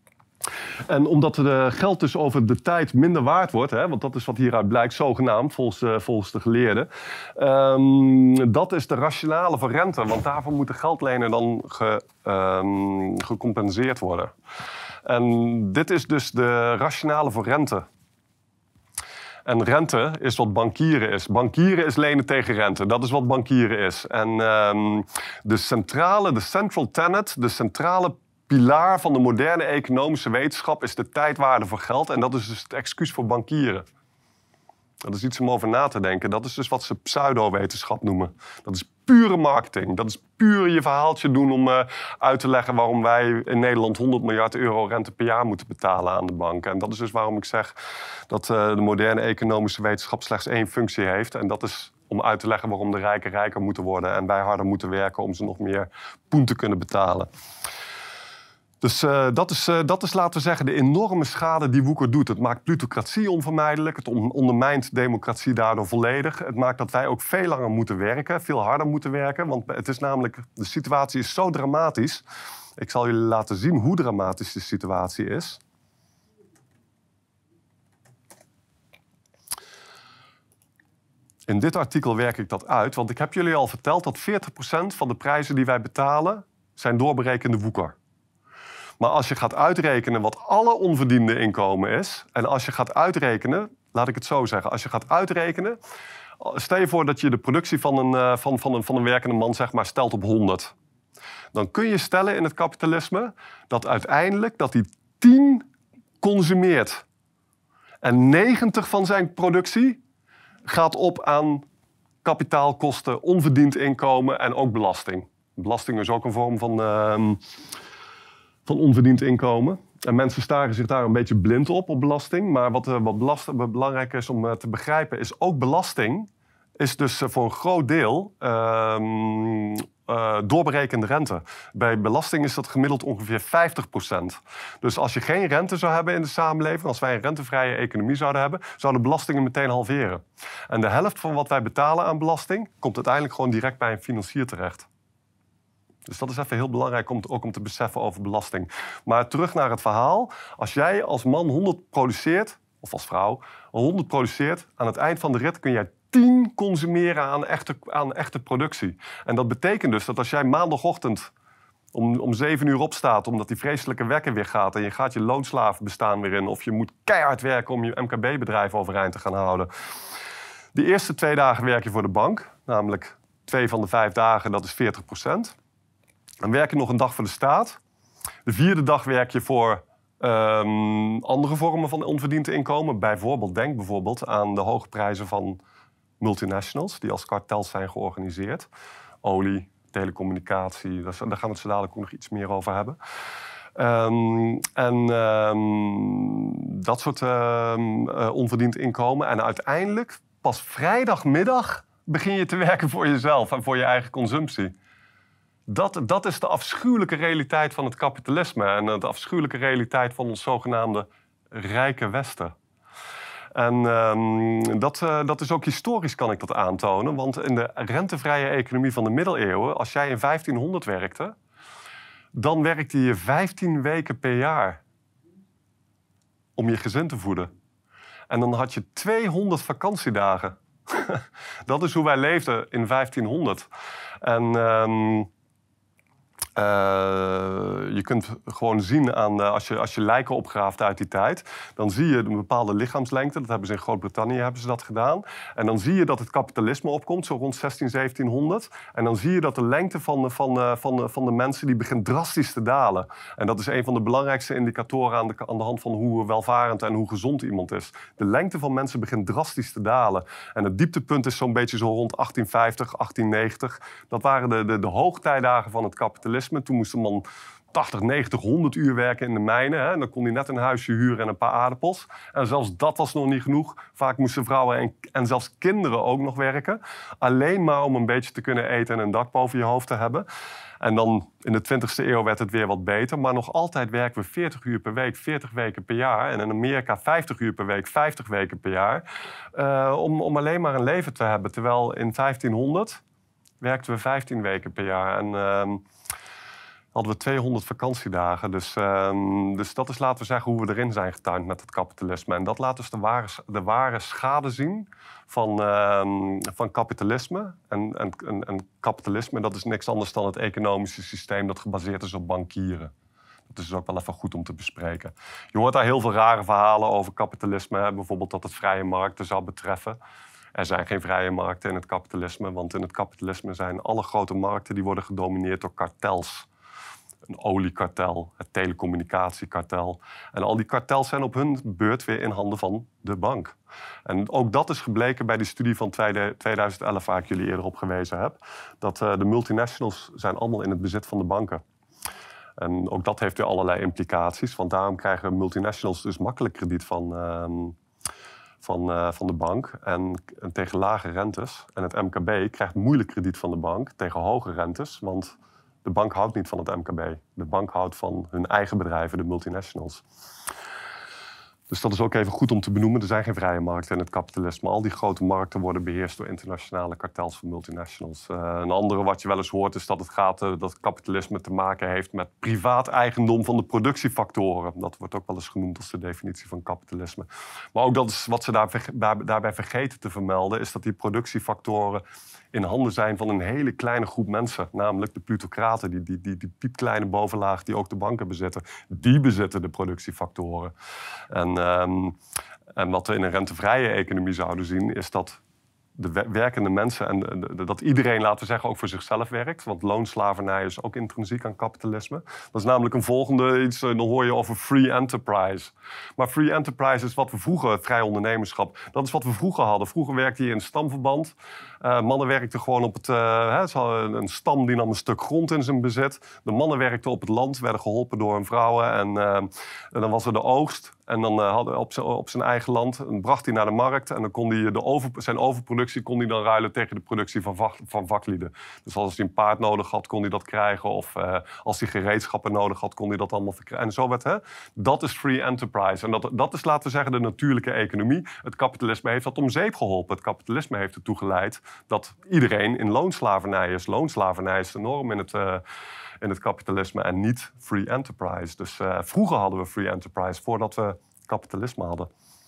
En omdat het geld dus over de tijd minder waard wordt, hè, want dat is wat hieruit blijkt, zogenaamd, volgens, uh, volgens de geleerden, um, dat is de rationale voor rente. Want daarvoor moet de geldlener dan ge, um, gecompenseerd worden. En dit is dus de rationale voor rente. En rente is wat bankieren is. Bankieren is lenen tegen rente. Dat is wat bankieren is. En um, de centrale, de central tenet, de centrale pilaar van de moderne economische wetenschap is de tijdwaarde voor geld. En dat is dus het excuus voor bankieren. Dat is iets om over na te denken. Dat is dus wat ze pseudo-wetenschap noemen. Dat is pure marketing. Dat is puur je verhaaltje doen om uh, uit te leggen waarom wij in Nederland honderd miljard euro rente per jaar moeten betalen aan de bank. En dat is dus waarom ik zeg dat uh, de moderne economische wetenschap slechts één functie heeft. En dat is om uit te leggen waarom de rijken rijker moeten worden en wij harder moeten werken om ze nog meer poen te kunnen betalen. Dus uh, dat, is, uh, dat is, laten we zeggen, de enorme schade die woeker doet. Het maakt plutocratie onvermijdelijk. Het ondermijnt democratie daardoor volledig. Het maakt dat wij ook veel langer moeten werken. Veel harder moeten werken. Want het is namelijk, de situatie is zo dramatisch. Ik zal jullie laten zien hoe dramatisch de situatie is. In dit artikel werk ik dat uit. Want ik heb jullie al verteld dat veertig procent van de prijzen die wij betalen zijn doorberekende woeker. Maar als je gaat uitrekenen wat alle onverdiende inkomen is, en als je gaat uitrekenen, laat ik het zo zeggen, als je gaat uitrekenen, stel je voor dat je de productie van een, van, van een, van een werkende man zeg maar stelt op honderd. Dan kun je stellen in het kapitalisme dat uiteindelijk dat hij tien consumeert. En negentig van zijn productie gaat op aan kapitaalkosten, onverdiend inkomen en ook belasting. Belasting is ook een vorm van... Uh, van onverdiend inkomen. En mensen staren zich daar een beetje blind op, op belasting. Maar wat, wat, belast, wat belangrijk is om uh, te begrijpen, is ook belasting is dus uh, voor een groot deel uh, uh, doorberekende rente. Bij belasting is dat gemiddeld ongeveer vijftig procent. Dus als je geen rente zou hebben in de samenleving, als wij een rentevrije economie zouden hebben, zouden belastingen meteen halveren. En de helft van wat wij betalen aan belasting komt uiteindelijk gewoon direct bij een financier terecht. Dus dat is even heel belangrijk om te, ook om te beseffen over belasting. Maar terug naar het verhaal. Als jij als man honderd produceert, of als vrouw honderd produceert, aan het eind van de rit kun jij tien consumeren aan echte, aan echte productie. En dat betekent dus dat als jij maandagochtend om, om zeven uur opstaat, omdat die vreselijke wekker weer gaat en je gaat je loonslavenbestaan weer in, of je moet keihard werken om je M K B-bedrijf overeind te gaan houden. De eerste twee dagen werk je voor de bank, namelijk twee van de vijf dagen, dat is veertig procent. Dan werk je nog een dag voor de staat. De vierde dag werk je voor um, andere vormen van onverdiend inkomen. Bijvoorbeeld, denk bijvoorbeeld aan de hoge prijzen van multinationals, die als kartels zijn georganiseerd. Olie, telecommunicatie, daar gaan we het zo dadelijk ook nog iets meer over hebben. Um, en um, dat soort um, uh, onverdiend inkomen. En uiteindelijk, pas vrijdagmiddag, begin je te werken voor jezelf en voor je eigen consumptie. Dat, dat is de afschuwelijke realiteit van het kapitalisme en de afschuwelijke realiteit van ons zogenaamde rijke Westen. En um, dat, uh, dat is ook historisch, kan ik dat aantonen. Want in de rentevrije economie van de middeleeuwen, als jij in vijftienhonderd werkte, dan werkte je vijftien weken per jaar om je gezin te voeden. En dan had je tweehonderd vakantiedagen. Dat is hoe wij leefden in vijftienhonderd. En... Um, Uh, je kunt gewoon zien aan, uh, als, je, als je lijken opgraaft uit die tijd, dan zie je een bepaalde lichaamslengte. Dat hebben ze in Groot-Brittannië hebben ze dat gedaan. En dan zie je dat het kapitalisme opkomt, zo rond zestien, zeventienhonderd. En dan zie je dat de lengte van, van, van, van de mensen die begint drastisch te dalen. En dat is een van de belangrijkste indicatoren aan de, aan de hand van hoe welvarend en hoe gezond iemand is. De lengte van mensen begint drastisch te dalen. En het dieptepunt is zo'n beetje zo rond achttien vijftig, achttien negentig. Dat waren de, de, de hoogtijdagen van het kapitalisme. Toen moest een man tachtig, negentig, honderd uur werken in de mijnen. Hè? En dan kon hij net een huisje huren en een paar aardappels. En zelfs dat was nog niet genoeg. Vaak moesten vrouwen en, en zelfs kinderen ook nog werken. Alleen maar om een beetje te kunnen eten en een dak boven je hoofd te hebben. En dan in de twintigste eeuw werd het weer wat beter. Maar nog altijd werken we veertig uur per week, veertig weken per jaar. En in Amerika vijftig uur per week, vijftig weken per jaar. Uh, om, om alleen maar een leven te hebben. Terwijl in vijftienhonderd werkten we vijftien weken per jaar. En... Uh, hadden we tweehonderd vakantiedagen. Dus, um, dus dat is, laten we zeggen, hoe we erin zijn getuind met het kapitalisme. En dat laat dus de ware, de ware schade zien van, um, van kapitalisme. En, en, en, en kapitalisme, dat is niks anders dan het economische systeem dat gebaseerd is op bankieren. Dat is dus ook wel even goed om te bespreken. Je hoort daar heel veel rare verhalen over kapitalisme. Hè? Bijvoorbeeld dat het vrije markten zou betreffen. Er zijn geen vrije markten in het kapitalisme. Want in het kapitalisme zijn alle grote markten die worden gedomineerd door kartels. Een oliekartel, het telecommunicatiekartel. En al die kartels zijn op hun beurt weer in handen van de bank. En ook dat is gebleken bij die studie van tweeduizend elf, waar ik jullie eerder op gewezen heb. Dat uh, de multinationals zijn allemaal in het bezit van de banken. En ook dat heeft weer allerlei implicaties. Want daarom krijgen multinationals dus makkelijk krediet van, uh, van, uh, van de bank en, en tegen lage rentes. En het M K B krijgt moeilijk krediet van de bank tegen hoge rentes, want de bank houdt niet van het M K B. De bank houdt van hun eigen bedrijven, de multinationals. Dus dat is ook even goed om te benoemen. Er zijn geen vrije markten in het kapitalisme. Al die grote markten worden beheerst door internationale kartels van multinationals. Uh, een andere wat je wel eens hoort is dat het gaat, uh, dat kapitalisme te maken heeft met privaat eigendom van de productiefactoren. Dat wordt ook wel eens genoemd als de definitie van kapitalisme. Maar ook dat is wat ze daar, daar, daarbij vergeten te vermelden, is dat die productiefactoren in handen zijn van een hele kleine groep mensen. Namelijk de plutocraten, die, die, die, die piepkleine bovenlaag die ook de banken bezitten. Die bezitten de productiefactoren. En, um, en wat we in een rentevrije economie zouden zien, is dat de werkende mensen en de, de, dat iedereen, laten we zeggen, ook voor zichzelf werkt. Want loonslavernij is ook intrinsiek aan kapitalisme. Dat is namelijk een volgende iets, dan hoor je over free enterprise. Maar free enterprise is wat we vroeger, vrij ondernemerschap, dat is wat we vroeger hadden. Vroeger werkte je in stamverband. Uh, mannen werkten gewoon op het, uh, hè, een stam die nam een stuk grond in zijn bezit. De mannen werkten op het land, werden geholpen door hun vrouwen. En, uh, en dan was er de oogst. En dan uh, hadden op, op zijn eigen land, en bracht hij naar de markt. En dan kon hij de over, zijn overproductie kon hij dan ruilen tegen de productie van, vak, van vaklieden. Dus als hij een paard nodig had, kon hij dat krijgen. Of uh, als hij gereedschappen nodig had, kon hij dat allemaal verkrijgen. En zo werd, hè, dat is free enterprise. En dat, dat is, laten we zeggen, de natuurlijke economie. Het kapitalisme heeft dat om zeep geholpen. Het kapitalisme heeft ertoe geleid dat iedereen in loonslavernij is. Loonslavernij is de norm in het, uh, in het kapitalisme en niet free enterprise. Dus uh, vroeger hadden we free enterprise, voordat we kapitalisme hadden.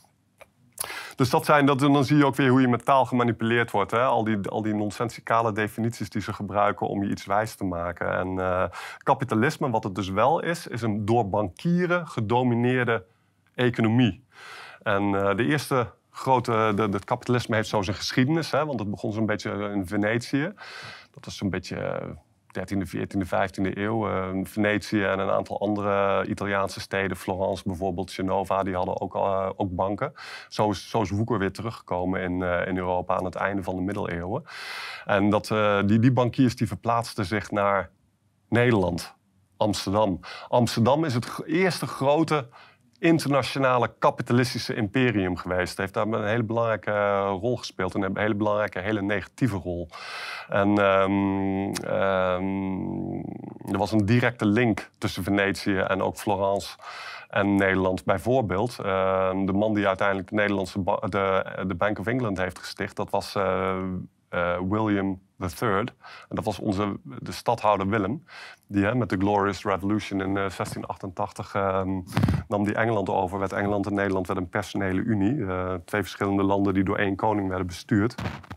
Dus dat zijn, dat, dan zie je ook weer hoe je met taal gemanipuleerd wordt. Hè? Al die, al die nonsensicale definities die ze gebruiken om je iets wijs te maken. En uh, kapitalisme, wat het dus wel is, is een door bankieren gedomineerde economie. En uh, de eerste grote... De, het kapitalisme heeft zo zijn geschiedenis, hè? Want het begon zo'n beetje in Venetië. Dat was zo'n beetje... Uh, dertiende, veertiende, vijftiende eeuw. Uh, Venetië en een aantal andere Italiaanse steden, Florence bijvoorbeeld, Genova, die hadden ook, uh, ook banken. Zo is, zo is woeker weer teruggekomen in, uh, in Europa aan het einde van de middeleeuwen. En dat, uh, die, die bankiers die verplaatsten zich naar Nederland, Amsterdam. Amsterdam is het eerste grote internationale kapitalistische imperium geweest. Het heeft daar een hele belangrijke uh, rol gespeeld. Een hele belangrijke, hele negatieve rol. En um, um, er was een directe link tussen Venetië en ook Florence en Nederland. Bijvoorbeeld, uh, de man die uiteindelijk de, Nederlandse ba de, de Bank of England heeft gesticht, dat was uh, uh, William de derde. En dat was onze, de stadhouder Willem. Die hè, met de Glorious Revolution in uh, zestien achtentachtig uh, nam die Engeland over. Werd Engeland en Nederland werd een personele unie. Uh, twee verschillende landen die door één koning werden bestuurd.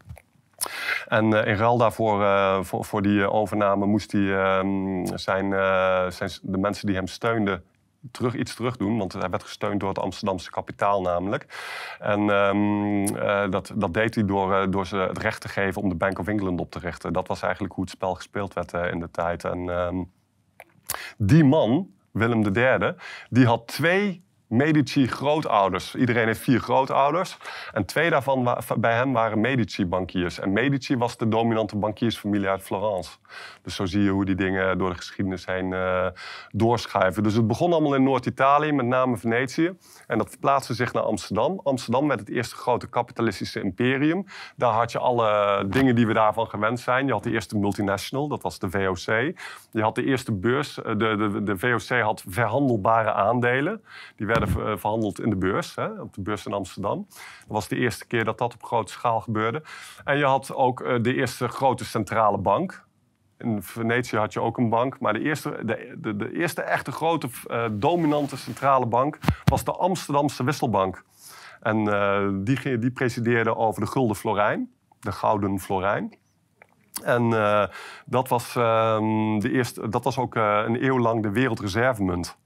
En uh, in ruil daarvoor, uh, voor, voor die uh, overname, moest hij uh, zijn, uh, zijn, de mensen die hem steunden terug, iets terug doen. Want hij werd gesteund door het Amsterdamse kapitaal namelijk. En um, uh, dat, dat deed hij door, uh, door ze het recht te geven om de Bank of England op te richten. Dat was eigenlijk hoe het spel gespeeld werd uh, in de tijd. En um, die man, Willem de derde, die had twee Medici-grootouders. Iedereen heeft vier grootouders. En twee daarvan bij hem waren Medici-bankiers. En Medici was de dominante bankiersfamilie uit Florence. Dus zo zie je hoe die dingen door de geschiedenis heen uh, doorschuiven. Dus het begon allemaal in Noord-Italië, met name Venetië. En dat verplaatste zich naar Amsterdam. Amsterdam werd het eerste grote kapitalistische imperium. Daar had je alle dingen die we daarvan gewend zijn. Je had de eerste multinational, dat was de V O C. Je had de eerste beurs. De, de, de V O C had verhandelbare aandelen. Die werden verhandeld in de beurs, hè, op de beurs in Amsterdam. Dat was de eerste keer dat dat op grote schaal gebeurde. En je had ook uh, de eerste grote centrale bank. In Venetië had je ook een bank, maar de eerste, de, de, de eerste echte grote uh, dominante centrale bank was de Amsterdamse Wisselbank. En uh, die, die presideerde over de gulden florijn, de gouden florijn. En uh, dat, was, uh, de eerste, dat was ook uh, een eeuw lang de wereldreservemunt.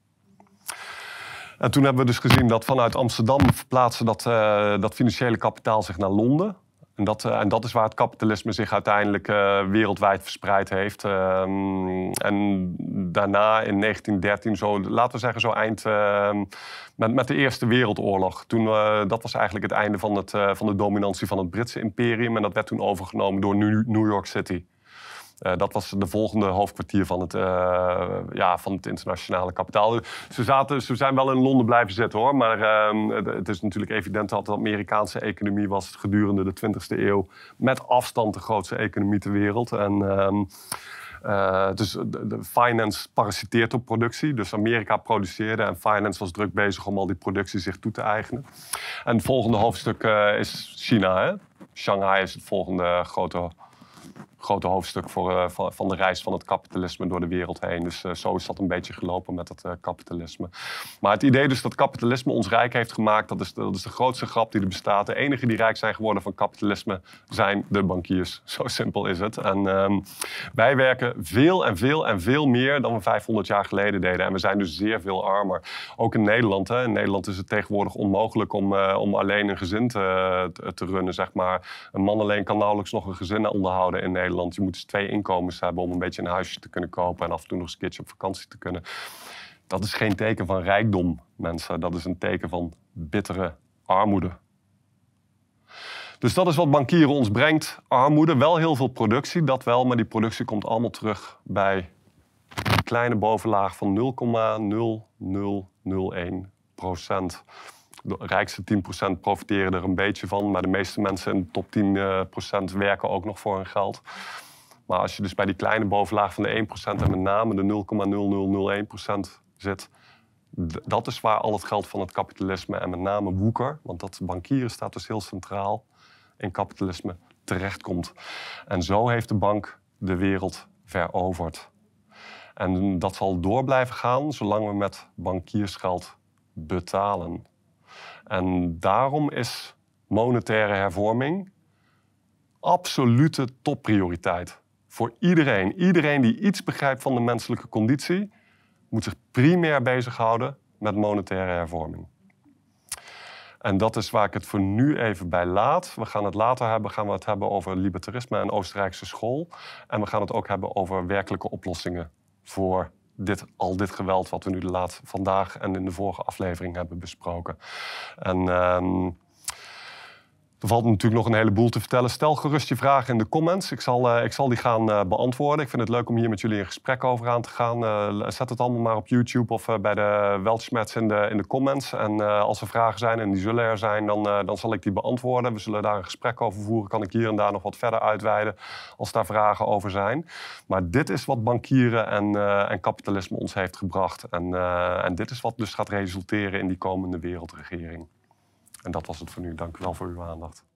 En toen hebben we dus gezien dat vanuit Amsterdam verplaatste dat, uh, dat financiële kapitaal zich naar Londen. En dat, uh, en dat is waar het kapitalisme zich uiteindelijk uh, wereldwijd verspreid heeft. Uh, en daarna in negentien dertien, zo, laten we zeggen zo eind, uh, met, met de Eerste Wereldoorlog. Toen, uh, dat was eigenlijk het einde van, het, uh, van de dominantie van het Britse imperium. En dat werd toen overgenomen door New, New York City. Uh, dat was de volgende hoofdkwartier van het, uh, ja, van het internationale kapitaal. Ze, zaten, ze zijn wel in Londen blijven zitten hoor. Maar uh, het is natuurlijk evident dat de Amerikaanse economie was gedurende de twintigste eeuw met afstand de grootste economie ter wereld. En, uh, uh, dus de, de finance parasiteert op productie. Dus Amerika produceerde en finance was druk bezig om al die productie zich toe te eigenen. En het volgende hoofdstuk uh, is China. Hè? Shanghai is het volgende grote... grote hoofdstuk voor, uh, van, van de reis van het kapitalisme door de wereld heen. Dus uh, zo is dat een beetje gelopen met het uh, kapitalisme. Maar het idee dus dat kapitalisme ons rijk heeft gemaakt, dat is, de, dat is de grootste grap die er bestaat. De enigen die rijk zijn geworden van kapitalisme zijn de bankiers. Zo simpel is het. En um, wij werken veel en veel en veel meer dan we vijfhonderd jaar geleden deden. En we zijn dus zeer veel armer. Ook in Nederland. Hè. In Nederland is het tegenwoordig onmogelijk om, uh, om alleen een gezin te, te, te runnen, zeg maar. Een man alleen kan nauwelijks nog een gezin onderhouden in Nederland. Je moet dus twee inkomens hebben om een beetje een huisje te kunnen kopen en af en toe nog eens een keertje op vakantie te kunnen. Dat is geen teken van rijkdom, mensen. Dat is een teken van bittere armoede. Dus dat is wat bankieren ons brengt. Armoede, wel heel veel productie, dat wel. Maar die productie komt allemaal terug bij een kleine bovenlaag van nul komma nul nul nul één procent. De rijkste tien procent profiteren er een beetje van. Maar de meeste mensen in de top tien procent werken ook nog voor hun geld. Maar als je dus bij die kleine bovenlaag van de één procent en met name de nul komma nul nul nul één procent zit, dat is waar al het geld van het kapitalisme en met name woeker, want dat bankieren staat dus heel centraal in kapitalisme, terechtkomt. En zo heeft de bank de wereld veroverd. En dat zal door blijven gaan zolang we met bankiersgeld betalen. En daarom is monetaire hervorming absolute topprioriteit. Voor iedereen. Iedereen die iets begrijpt van de menselijke conditie moet zich primair bezighouden met monetaire hervorming. En dat is waar ik het voor nu even bij laat. We gaan het later hebben, gaan we het hebben over libertarisme en Oostenrijkse school. En we gaan het ook hebben over werkelijke oplossingen voor dit, al dit geweld wat we nu de laat vandaag en in de vorige aflevering hebben besproken. En um, er valt natuurlijk nog een heleboel te vertellen. Stel gerust je vragen in de comments. Ik zal, uh, ik zal die gaan uh, beantwoorden. Ik vind het leuk om hier met jullie in gesprek over aan te gaan. Uh, zet het allemaal maar op YouTube of uh, bij de Weltschmerz in de, in de comments. En uh, als er vragen zijn, en die zullen er zijn, dan, uh, dan zal ik die beantwoorden. We zullen daar een gesprek over voeren. Kan ik hier en daar nog wat verder uitweiden als daar vragen over zijn. Maar dit is wat bankieren en, uh, en kapitalisme ons heeft gebracht. En, uh, en dit is wat dus gaat resulteren in die komende wereldregering. En dat was het voor nu. Dank u wel voor uw aandacht.